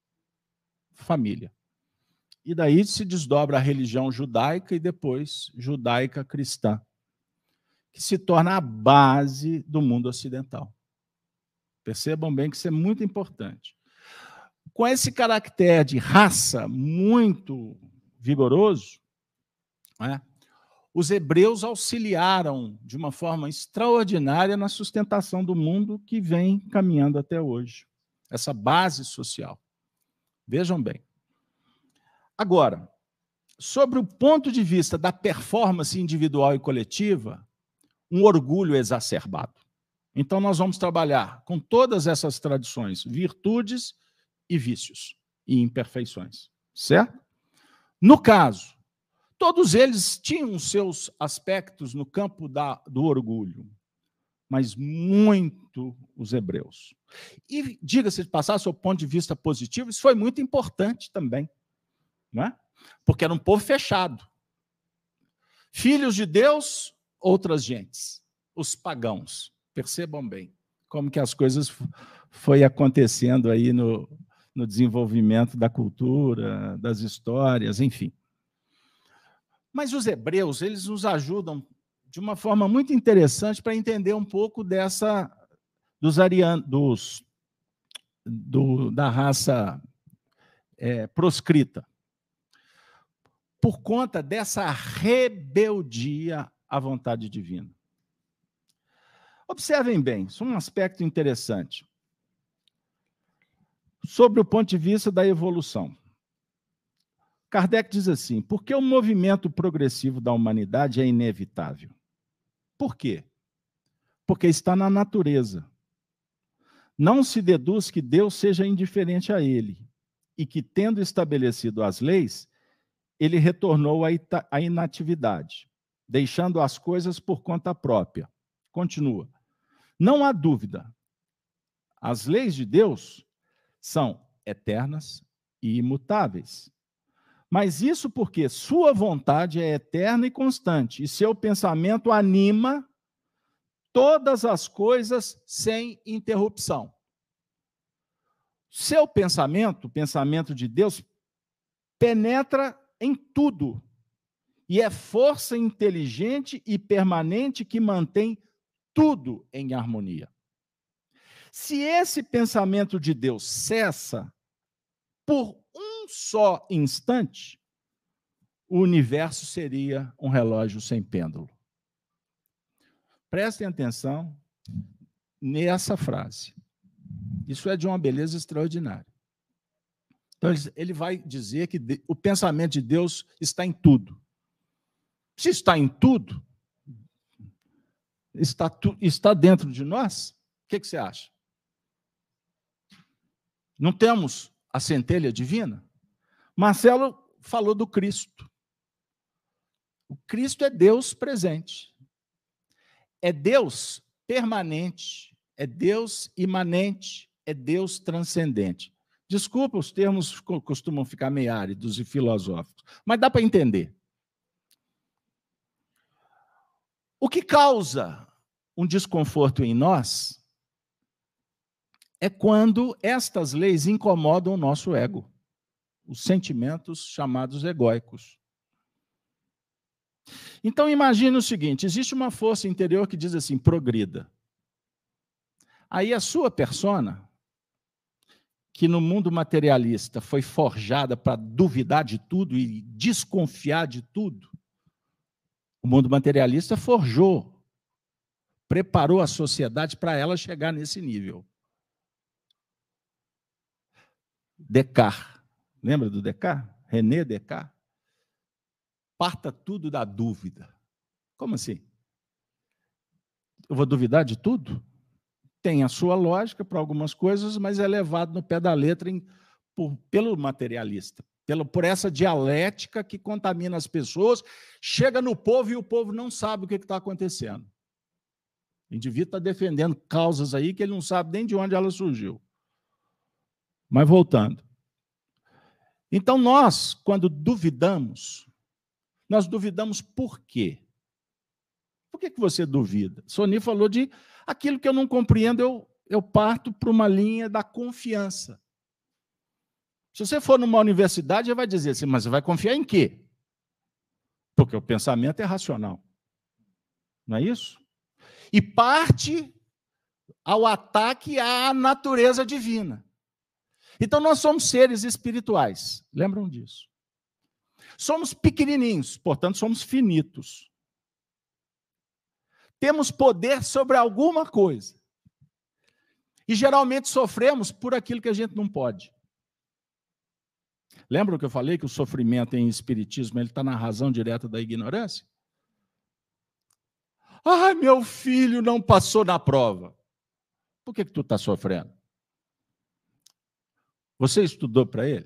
E daí se desdobra a religião judaica e depois judaica cristã, que se torna a base do mundo ocidental. Percebam bem que isso é muito importante. Com esse caractere de raça muito vigoroso, né, os hebreus auxiliaram de uma forma extraordinária na sustentação do mundo que vem caminhando até hoje. Essa base social. Vejam bem. Agora, sobre o ponto de vista da performance individual e coletiva, um orgulho exacerbado. Então, nós vamos trabalhar com todas essas tradições, virtudes e vícios e imperfeições, certo? No caso, todos eles tinham seus aspectos no campo do orgulho, mas muito os hebreus. E, diga-se de passar, do seu ponto de vista positivo, isso foi muito importante também, não é? Porque era um povo fechado. Filhos de Deus, outras gentes, os pagãos. Percebam bem como que as coisas foi acontecendo aí no desenvolvimento da cultura, das histórias, enfim. Mas os hebreus, eles nos ajudam de uma forma muito interessante para entender um pouco da raça proscrita, por conta dessa rebeldia à vontade divina. Observem bem, isso é um aspecto interessante. Sobre o ponto de vista da evolução. Kardec diz assim, por que o movimento progressivo da humanidade é inevitável? Por quê? Porque está na natureza. Não se deduz que Deus seja indiferente a ele, e que, tendo estabelecido as leis, ele retornou à inatividade, deixando as coisas por conta própria. Continua. Não há dúvida. As leis de Deus são eternas e imutáveis. Mas isso porque sua vontade é eterna e constante, e seu pensamento anima todas as coisas sem interrupção. Seu pensamento, o pensamento de Deus, penetra em tudo, e é força inteligente e permanente que mantém tudo em harmonia. Se esse pensamento de Deus cessa por um só instante, o universo seria um relógio sem pêndulo. Prestem atenção nessa frase. Isso é de uma beleza extraordinária. Então, ele vai dizer que o pensamento de Deus está em tudo. Se está em tudo, está dentro de nós, o que você acha? Não temos a centelha divina? Marcelo falou do Cristo. O Cristo é Deus presente. É Deus permanente, é Deus imanente, é Deus transcendente. Desculpa, os termos costumam ficar meio áridos e filosóficos, mas dá para entender. O que causa um desconforto em nós é quando estas leis incomodam o nosso ego, os sentimentos chamados egóicos. Então, imagine o seguinte, existe uma força interior que diz assim, progrida. Aí a sua persona, que no mundo materialista foi forjada para duvidar de tudo e desconfiar de tudo, o mundo materialista forjou, preparou a sociedade para ela chegar nesse nível. Descartes, lembra do Descartes? René Descartes? Parta tudo da dúvida. Como assim? Eu vou duvidar de tudo? Tem a sua lógica para algumas coisas, mas é levado no pé da letra pelo materialista, por essa dialética que contamina as pessoas, chega no povo e o povo não sabe o que está acontecendo. O indivíduo está defendendo causas aí que ele não sabe nem de onde ela surgiu. Mas voltando. Então, nós, quando duvidamos, nós duvidamos por quê? Por que você duvida? Sony falou de aquilo que eu não compreendo, eu parto para uma linha da confiança. Se você for numa universidade, você vai dizer assim, mas você vai confiar em quê? Porque o pensamento é racional. Não é isso? E parte ao ataque à natureza divina. Então, nós somos seres espirituais. Lembram disso? Somos pequenininhos, portanto, somos finitos. Temos poder sobre alguma coisa. E, geralmente, sofremos por aquilo que a gente não pode. Lembram que eu falei que o sofrimento em espiritismo está na razão direta da ignorância? Ah, meu filho não passou na prova. Por que tu está sofrendo? Você estudou para ele?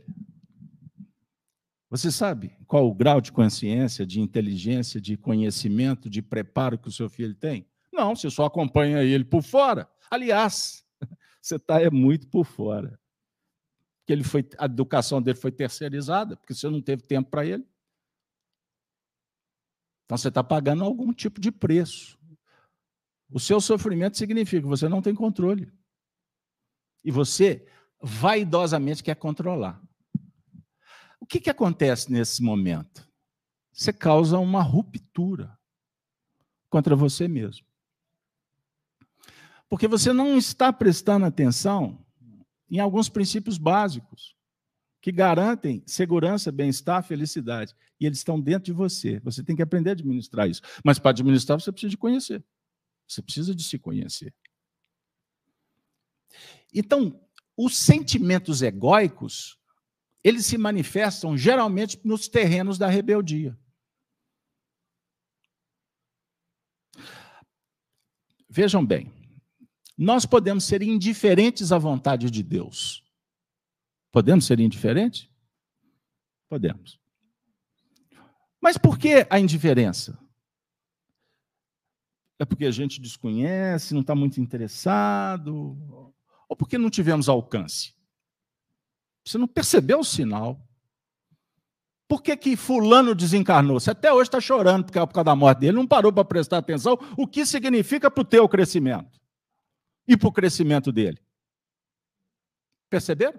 Você sabe qual o grau de consciência, de inteligência, de conhecimento, de preparo que o seu filho tem? Não, você só acompanha ele por fora. Aliás, você está muito por fora. Porque a educação dele foi terceirizada, porque você não teve tempo para ele. Então você está pagando algum tipo de preço. O seu sofrimento significa que você não tem controle. E você vaidosamente quer controlar. O que acontece nesse momento? Você causa uma ruptura contra você mesmo. Porque você não está prestando atenção em alguns princípios básicos que garantem segurança, bem-estar, felicidade. E eles estão dentro de você. Você tem que aprender a administrar isso. Mas para administrar, você precisa de conhecer. Você precisa de se conhecer. Então, os sentimentos egóicos, eles se manifestam geralmente nos terrenos da rebeldia. Vejam bem, nós podemos ser indiferentes à vontade de Deus. Podemos ser indiferentes? Podemos. Mas por que a indiferença? É porque a gente desconhece, não está muito interessado, ou porque não tivemos alcance? Você não percebeu o sinal. Por que fulano desencarnou? Você até hoje está chorando por causa da morte dele, não parou para prestar atenção o que significa para o teu crescimento e para o crescimento dele. Perceberam?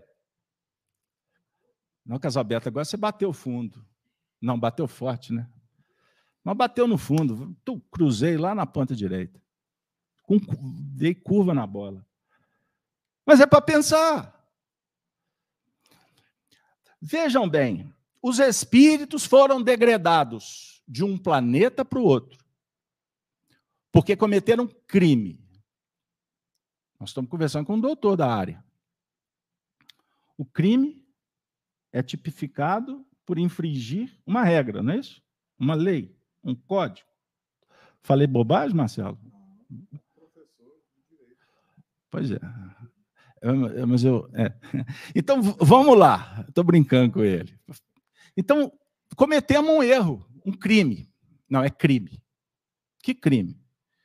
Não, Casalberto, agora você bateu fundo. Não, bateu forte, né? Mas bateu no fundo. Cruzei lá na ponta direita. Dei curva na bola. Mas é para pensar. Vejam bem, os espíritos foram degradados de um planeta para o outro, porque cometeram crime. Nós estamos conversando com um doutor da área. O crime é tipificado por infringir uma regra, não é isso? Uma lei, um código. Falei bobagem, Marcelo? Pois é. Então, vamos lá. Estou brincando com ele. Então, cometemos um erro, um crime. Não, é crime. Que crime?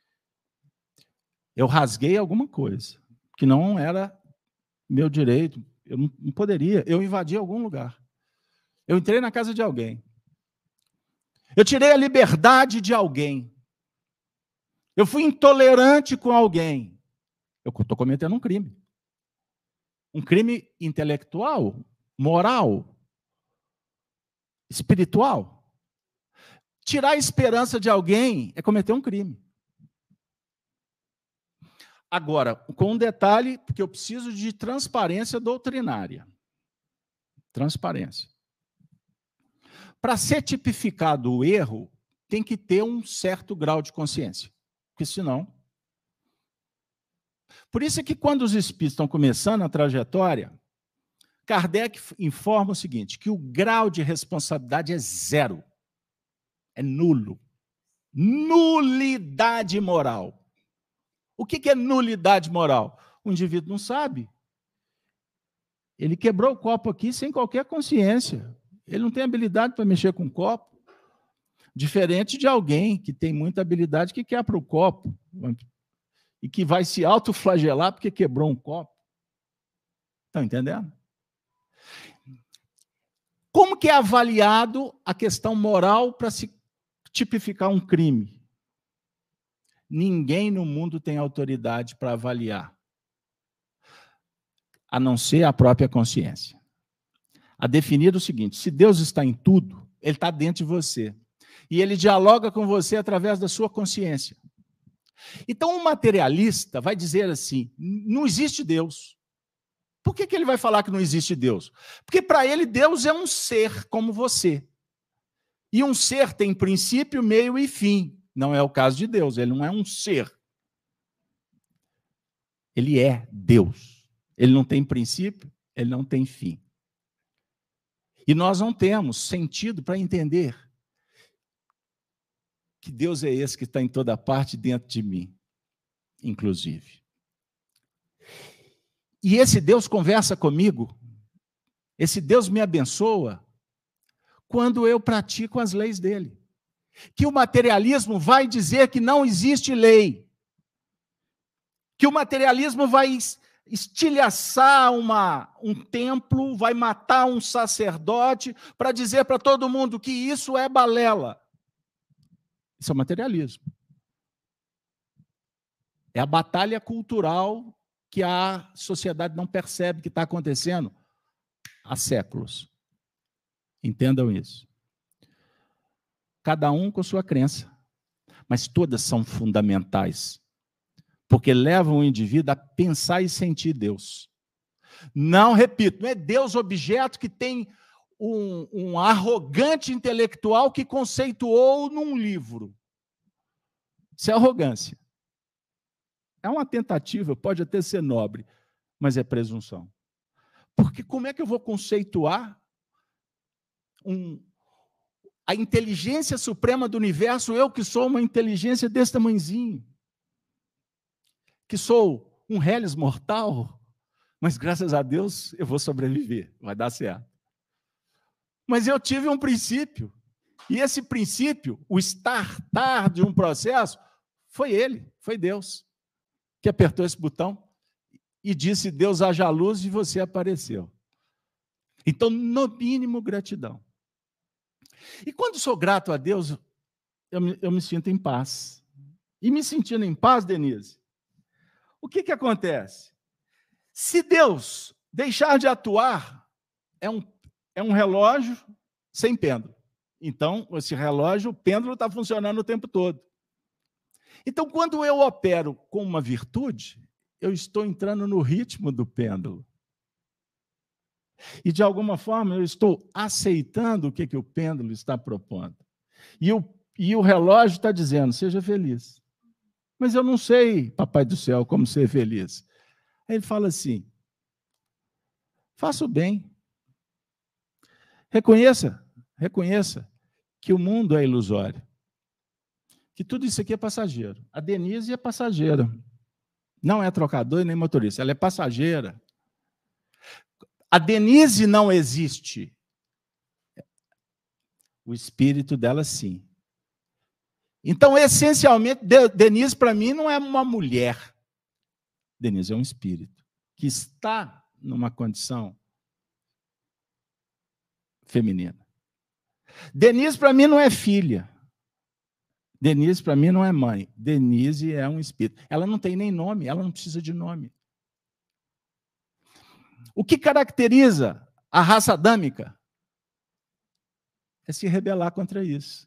Eu rasguei alguma coisa que não era meu direito. Eu não poderia. Eu invadi algum lugar. Eu entrei na casa de alguém. Eu tirei a liberdade de alguém. Eu fui intolerante com alguém. Eu estou cometendo um crime. Um crime intelectual, moral, espiritual. Tirar a esperança de alguém é cometer um crime. Agora, com um detalhe, porque eu preciso de transparência doutrinária. Transparência. Para ser tipificado o erro, tem que ter um certo grau de consciência. Porque senão... Por isso é que quando os espíritos estão começando a trajetória, Kardec informa o seguinte, que o grau de responsabilidade é 0. É nulo. Nulidade moral. O que é nulidade moral? O indivíduo não sabe. Ele quebrou o copo aqui sem qualquer consciência. Ele não tem habilidade para mexer com o copo. Diferente de alguém que tem muita habilidade que quebra o copo e que vai se autoflagelar porque quebrou um copo. Estão entendendo? Como que é avaliado a questão moral para se tipificar um crime? Ninguém no mundo tem autoridade para avaliar, a não ser a própria consciência. A definir o seguinte, se Deus está em tudo, Ele está dentro de você. E Ele dialoga com você através da sua consciência. Então, um materialista vai dizer assim, não existe Deus. Por que ele vai falar que não existe Deus? Porque para ele Deus é um ser como você. E um ser tem princípio, meio e fim. Não é o caso de Deus, ele não é um ser. Ele é Deus. Ele não tem princípio, ele não tem fim. E nós não temos sentido para entender que Deus é esse que está em toda parte dentro de mim, inclusive. E esse Deus conversa comigo, esse Deus me abençoa quando eu pratico as leis dele. Que o materialismo vai dizer que não existe lei. Que o materialismo vai estilhaçar um templo, vai matar um sacerdote para dizer para todo mundo que isso é balela. Isso é materialismo. É a batalha cultural que a sociedade não percebe que está acontecendo há séculos. Entendam isso. Cada um com sua crença, mas todas são fundamentais, porque levam o indivíduo a pensar e sentir Deus. Não, repito, não é Deus objeto que tem um arrogante intelectual que conceituou num livro. Isso é arrogância. É uma tentativa, pode até ser nobre, mas é presunção. Porque como é que eu vou conceituar a inteligência suprema do universo, eu que sou uma inteligência desse tamanhozinho, que sou um reles mortal, mas graças a Deus eu vou sobreviver, vai dar certo. Mas eu tive um princípio, e esse princípio, o startar de um processo, foi ele, foi Deus, que apertou esse botão e disse, Deus, haja luz, e você apareceu. Então, no mínimo, gratidão. E quando sou grato a Deus, eu me sinto em paz. E me sentindo em paz, Denise, o que acontece? Se Deus deixar de atuar, é um relógio sem pêndulo. Então, esse relógio, o pêndulo está funcionando o tempo todo. Então, quando eu opero com uma virtude, eu estou entrando no ritmo do pêndulo. E, de alguma forma, eu estou aceitando o que o pêndulo está propondo. E o relógio está dizendo, seja feliz. Mas eu não sei, papai do céu, como ser feliz. Aí ele fala assim, faça o bem. Reconheça que o mundo é ilusório. Que tudo isso aqui é passageiro. A Denise é passageira. Não é trocador e nem motorista, ela é passageira. A Denise não existe. O espírito dela, sim. Então, essencialmente, Denise, para mim, não é uma mulher. Denise é um espírito que está numa condição feminina. Denise, para mim, não é filha. Denise, para mim, não é mãe. Denise é um espírito. Ela não tem nem nome, ela não precisa de nome. O que caracteriza a raça adâmica é se rebelar contra isso.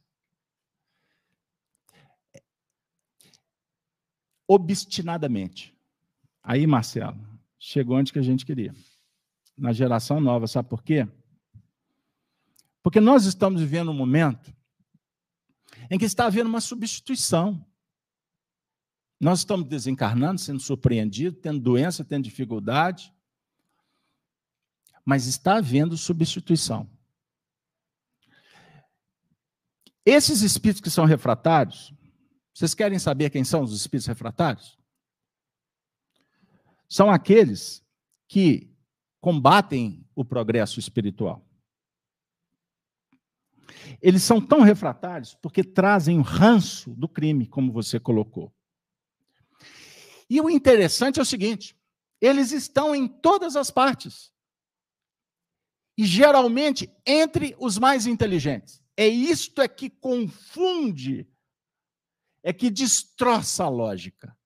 Obstinadamente. Aí, Marcelo, chegou onde que a gente queria. Na geração nova, sabe por quê? Porque nós estamos vivendo um momento em que está havendo uma substituição. Nós estamos desencarnando, sendo surpreendidos, tendo doença, tendo dificuldade, mas está havendo substituição. Esses espíritos que são refratários, vocês querem saber quem são os espíritos refratários? São aqueles que combatem o progresso espiritual. Eles são tão refratários porque trazem o ranço do crime, como você colocou. E o interessante é o seguinte, eles estão em todas as partes. E, geralmente, entre os mais inteligentes. É isto que confunde, é que destroça a lógica.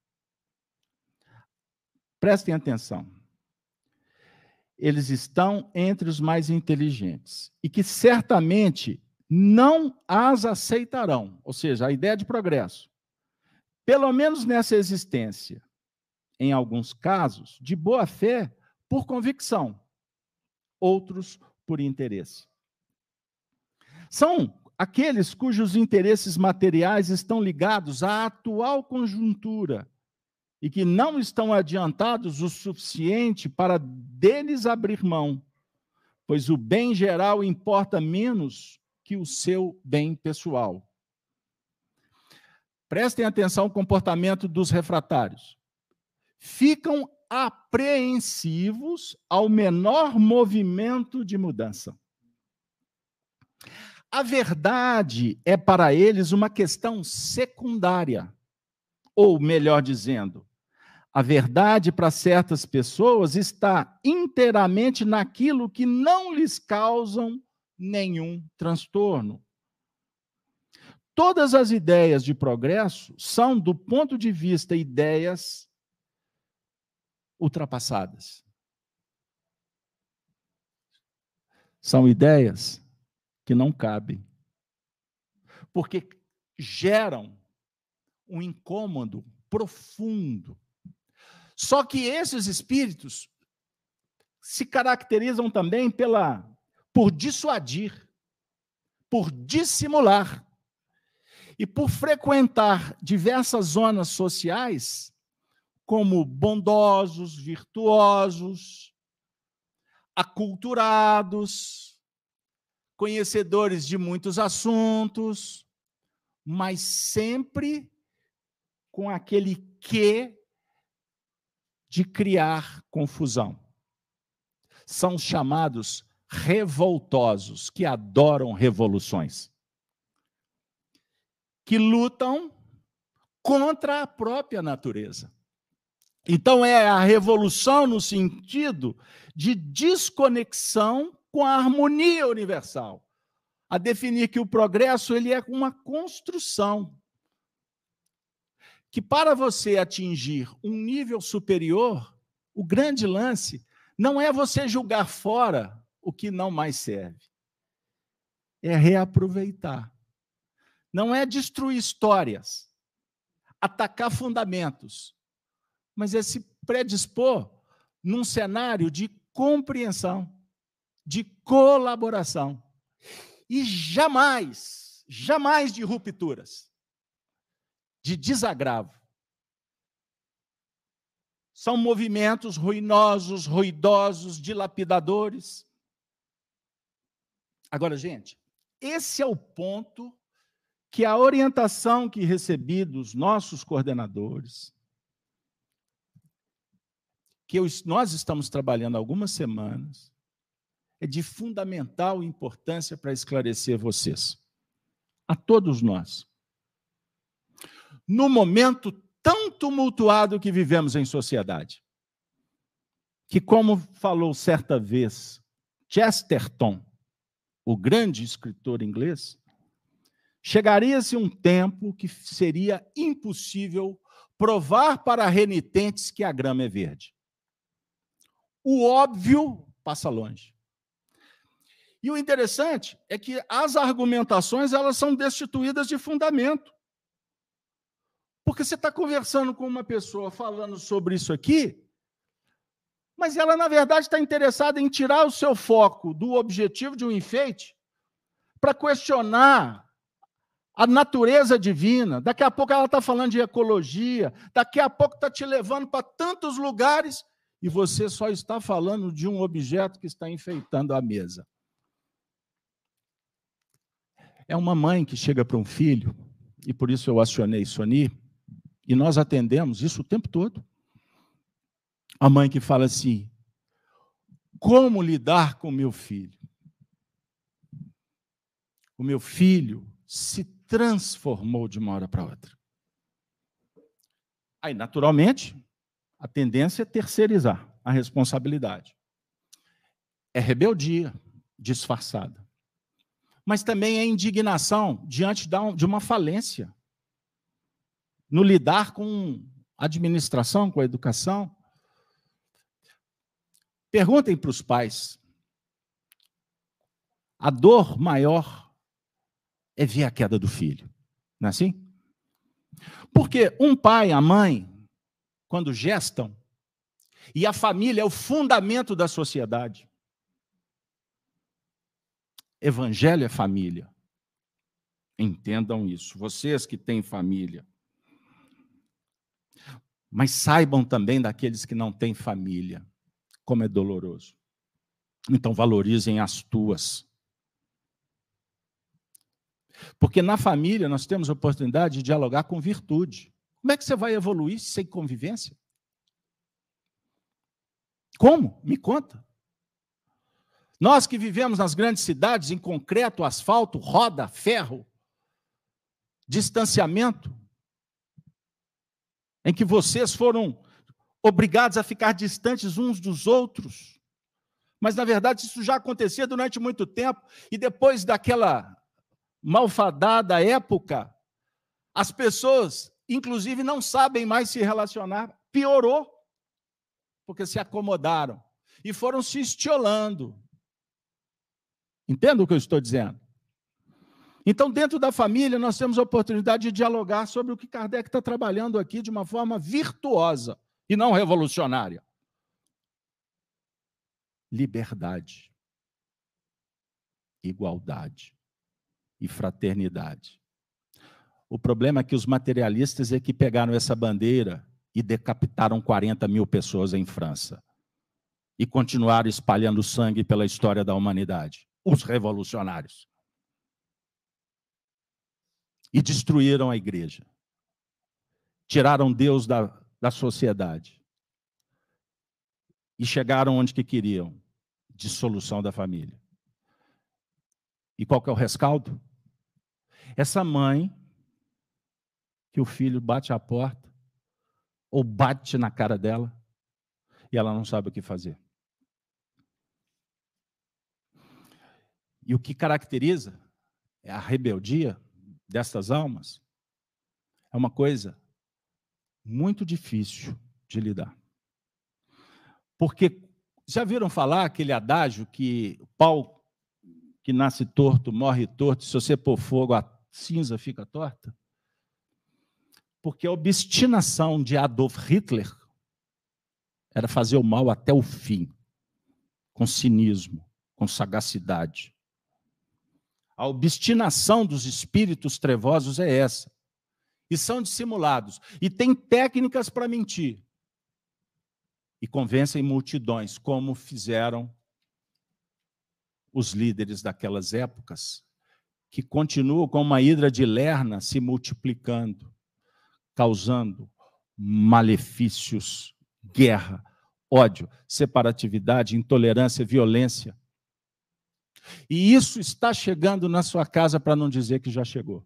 Prestem atenção. Eles estão entre os mais inteligentes e que certamente não as aceitarão, ou seja, a ideia de progresso, pelo menos nessa existência, em alguns casos, de boa fé, por convicção, outros por interesse. São aqueles cujos interesses materiais estão ligados à atual conjuntura e que não estão adiantados o suficiente para deles abrir mão, pois o bem geral importa menos que o seu bem pessoal. Prestem atenção ao comportamento dos refratários. Ficam apreensivos ao menor movimento de mudança. A verdade é para eles uma questão secundária, ou melhor dizendo, a verdade para certas pessoas está inteiramente naquilo que não lhes causam nenhum transtorno. todas as ideias de progresso são, do ponto de vista ideias ultrapassadas. São ideias que não cabem, porque geram um incômodo profundo. Só que esses espíritos se caracterizam também por dissuadir, por dissimular e por frequentar diversas zonas sociais como bondosos, virtuosos, aculturados, conhecedores de muitos assuntos, mas sempre com aquele quê de criar confusão. São chamados revoltosos, que adoram revoluções, que lutam contra a própria natureza. Então, é a revolução no sentido de desconexão com a harmonia universal, a definir que o progresso ele é uma construção, que para você atingir um nível superior, o grande lance não é você julgar fora o que não mais serve, é reaproveitar. Não é destruir histórias, atacar fundamentos, mas é se predispor num cenário de compreensão, de colaboração. E jamais, jamais de rupturas, de desagravo. São movimentos ruinosos, ruidosos, dilapidadores. Agora, gente, esse é o ponto que a orientação que recebi dos nossos coordenadores, que nós estamos trabalhando há algumas semanas, é de fundamental importância para esclarecer vocês, a todos nós. No momento tão tumultuado que vivemos em sociedade, que, como falou certa vez Chesterton, o grande escritor inglês, chegaria-se um tempo que seria impossível provar para renitentes que a grama é verde. O óbvio passa longe. E o interessante é que as argumentações elas são destituídas de fundamento. Porque você está conversando com uma pessoa falando sobre isso aqui, mas ela, na verdade, está interessada em tirar o seu foco do objetivo de um enfeite para questionar a natureza divina. Daqui a pouco ela está falando de ecologia, daqui a pouco está te levando para tantos lugares e você só está falando de um objeto que está enfeitando a mesa. É uma mãe que chega para um filho, e por isso eu acionei Soni, e nós atendemos isso o tempo todo. A mãe que fala assim, como lidar com o meu filho? O meu filho se transformou de uma hora para outra. Aí, naturalmente, a tendência é terceirizar a responsabilidade. É rebeldia disfarçada. Mas também é indignação diante de uma falência. No lidar com a administração, com a educação. Perguntem para os pais. A dor maior é ver a queda do filho. Não é assim? Porque um pai, a mãe, quando gestam, e a família é o fundamento da sociedade. Evangelho é família. Entendam isso. Vocês que têm família. Mas saibam também daqueles que não têm família, como é doloroso. Então valorizem as tuas. Porque na família nós temos a oportunidade de dialogar com virtude. Como é que você vai evoluir sem convivência? Como? Me conta. Nós que vivemos nas grandes cidades, em concreto, asfalto, roda, ferro, distanciamento, em que vocês foram obrigados a ficar distantes uns dos outros, mas, na verdade, isso já acontecia durante muito tempo, e depois daquela malfadada época, as pessoas, inclusive, não sabem mais se relacionar. Piorou, porque se acomodaram e foram se estiolando. Entende o que eu estou dizendo? Então, dentro da família, nós temos a oportunidade de dialogar sobre o que Kardec está trabalhando aqui de uma forma virtuosa e não revolucionária. Liberdade, igualdade e fraternidade. O problema é que os materialistas é que pegaram essa bandeira e decapitaram 40 mil pessoas em França e continuaram espalhando sangue pela história da humanidade. Os revolucionários. E destruíram a igreja. Tiraram Deus da sociedade. E chegaram onde que queriam. Dissolução da família. E qual que é o rescaldo? Essa mãe, que o filho bate à porta, ou bate na cara dela, e ela não sabe o que fazer. E o que caracteriza é a rebeldia destas almas, é uma coisa muito difícil de lidar. Porque, já viram falar aquele adágio que o pau que nasce torto, morre torto, se você pôr fogo, a cinza fica torta? Porque a obstinação de Adolf Hitler era fazer o mal até o fim, com cinismo, com sagacidade. A obstinação dos espíritos trevosos é essa. E são dissimulados. E tem técnicas para mentir. E convencem multidões, como fizeram os líderes daquelas épocas, que continuam com uma hidra de Lerna se multiplicando, causando malefícios, guerra, ódio, separatividade, intolerância, violência. E isso está chegando na sua casa, para não dizer que já chegou.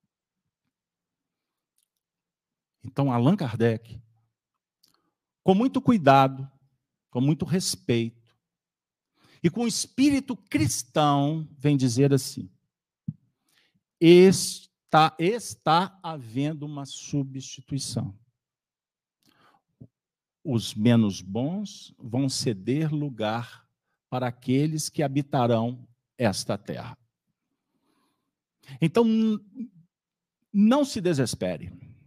Então, Allan Kardec, com muito cuidado, com muito respeito, e com espírito cristão, vem dizer assim: está havendo uma substituição. Os menos bons vão ceder lugar para aqueles que habitarão esta terra. Então, não se desespere.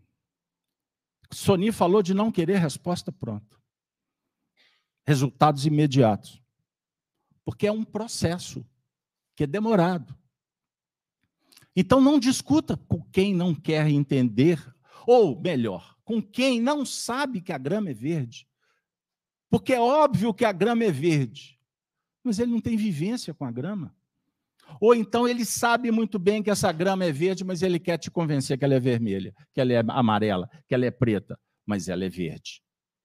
Sony falou de não querer resposta pronta. Resultados imediatos. Porque é um processo que é demorado. Então, não discuta com quem não quer entender, ou, melhor, com quem não sabe que a grama é verde. Porque é óbvio que a grama é verde, mas ele não tem vivência com a grama. Ou então ele sabe muito bem que essa grama é verde, mas ele quer te convencer que ela é vermelha, que ela é amarela, que ela é preta, mas ela é verde.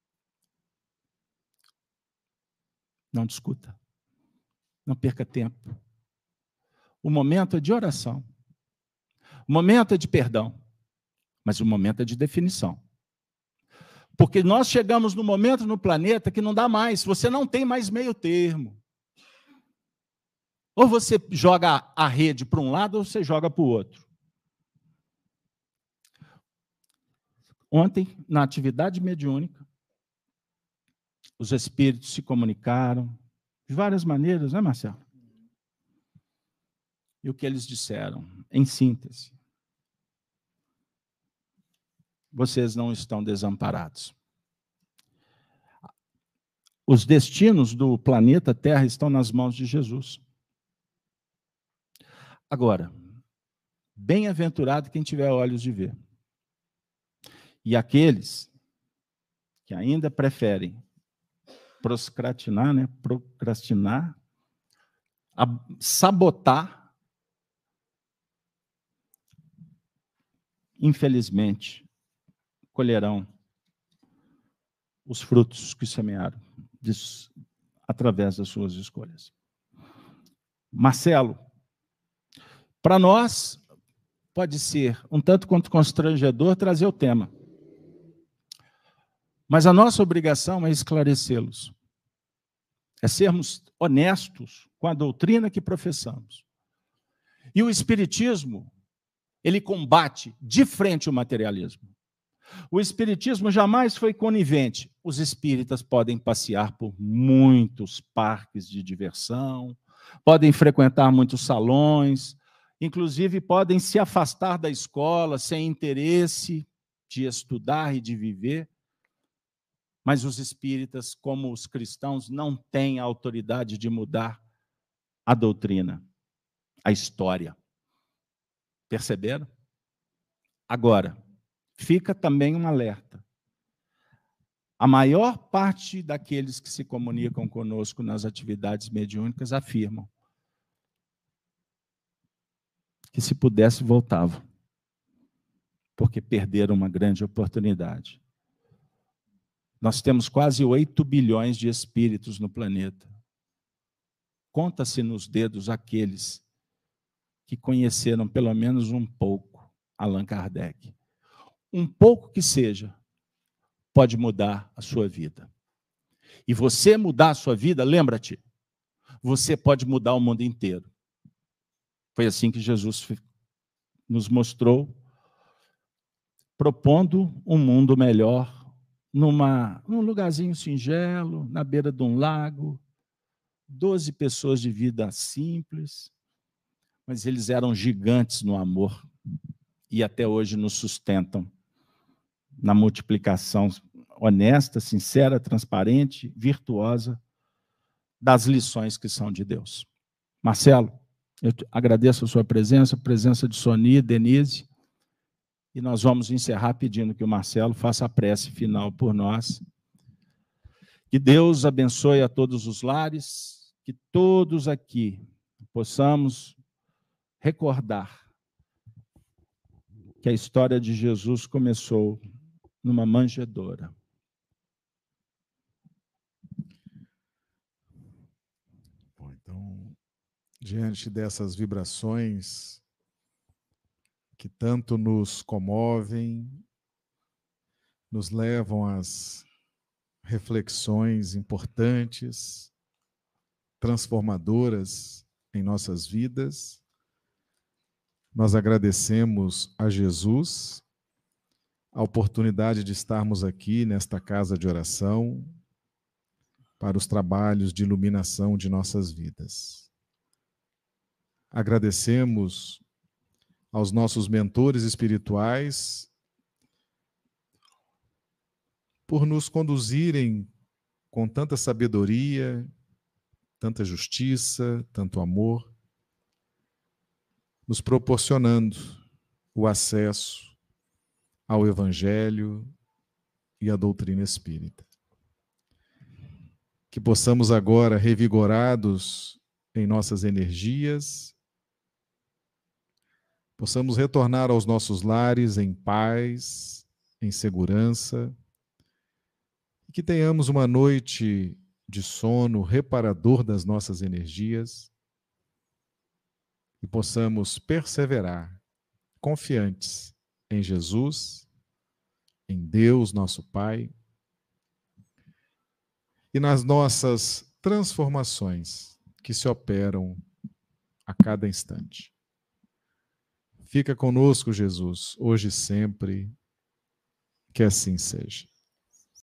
Não discuta. Não perca tempo. O momento é de oração. O momento é de perdão. Mas o momento é de definição. Porque nós chegamos no momento no planeta que não dá mais. Você não tem mais meio termo. Ou você joga a rede para um lado, ou você joga para o outro. Ontem, na atividade mediúnica, os espíritos se comunicaram de várias maneiras, né, Marcelo? E o que eles disseram, em síntese: vocês não estão desamparados. Os destinos do planeta Terra estão nas mãos de Jesus. Agora, bem-aventurado quem tiver olhos de ver. E aqueles que ainda preferem procrastinar, sabotar, infelizmente, colherão os frutos que semearam através das suas escolhas. Marcelo, para nós, pode ser um tanto quanto constrangedor trazer o tema. Mas a nossa obrigação é esclarecê-los. É sermos honestos com a doutrina que professamos. E o Espiritismo, ele combate de frente o materialismo. O Espiritismo jamais foi conivente. Os espíritas podem passear por muitos parques de diversão, podem frequentar muitos salões, inclusive podem se afastar da escola sem interesse de estudar e de viver. Mas os espíritas, como os cristãos, não têm a autoridade de mudar a doutrina, a história. Perceberam? Agora, fica também um alerta. A maior parte daqueles que se comunicam conosco nas atividades mediúnicas afirmam que, se pudesse, voltavam, porque perderam uma grande oportunidade. Nós temos quase 8 bilhões de espíritos no planeta. Conta-se nos dedos aqueles que conheceram pelo menos um pouco Allan Kardec. Um pouco que seja, pode mudar a sua vida. E você mudar a sua vida, lembra-te, você pode mudar o mundo inteiro. Foi assim que Jesus nos mostrou, propondo um mundo melhor, num lugarzinho singelo, na beira de um lago, 12 pessoas de vida simples, mas eles eram gigantes no amor e até hoje nos sustentam na multiplicação honesta, sincera, transparente, virtuosa das lições que são de Deus. Marcelo, eu agradeço a sua presença, a presença de Soni, Denise, e nós vamos encerrar pedindo que o Marcelo faça a prece final por nós. Que Deus abençoe a todos os lares, que todos aqui possamos recordar que a história de Jesus começou numa manjedoura. Bom, então, diante dessas vibrações que tanto nos comovem, nos levam às reflexões importantes, transformadoras em nossas vidas, nós agradecemos a Jesus a oportunidade de estarmos aqui nesta casa de oração para os trabalhos de iluminação de nossas vidas. Agradecemos aos nossos mentores espirituais por nos conduzirem com tanta sabedoria, tanta justiça, tanto amor, nos proporcionando o acesso ao Evangelho e à doutrina espírita. Que possamos agora, revigorados em nossas energias, possamos retornar aos nossos lares em paz, em segurança, e que tenhamos uma noite de sono reparador das nossas energias e possamos perseverar, confiantes em Jesus, em Deus, nosso Pai, e nas nossas transformações que se operam a cada instante. Fica conosco, Jesus, hoje e sempre, que assim seja.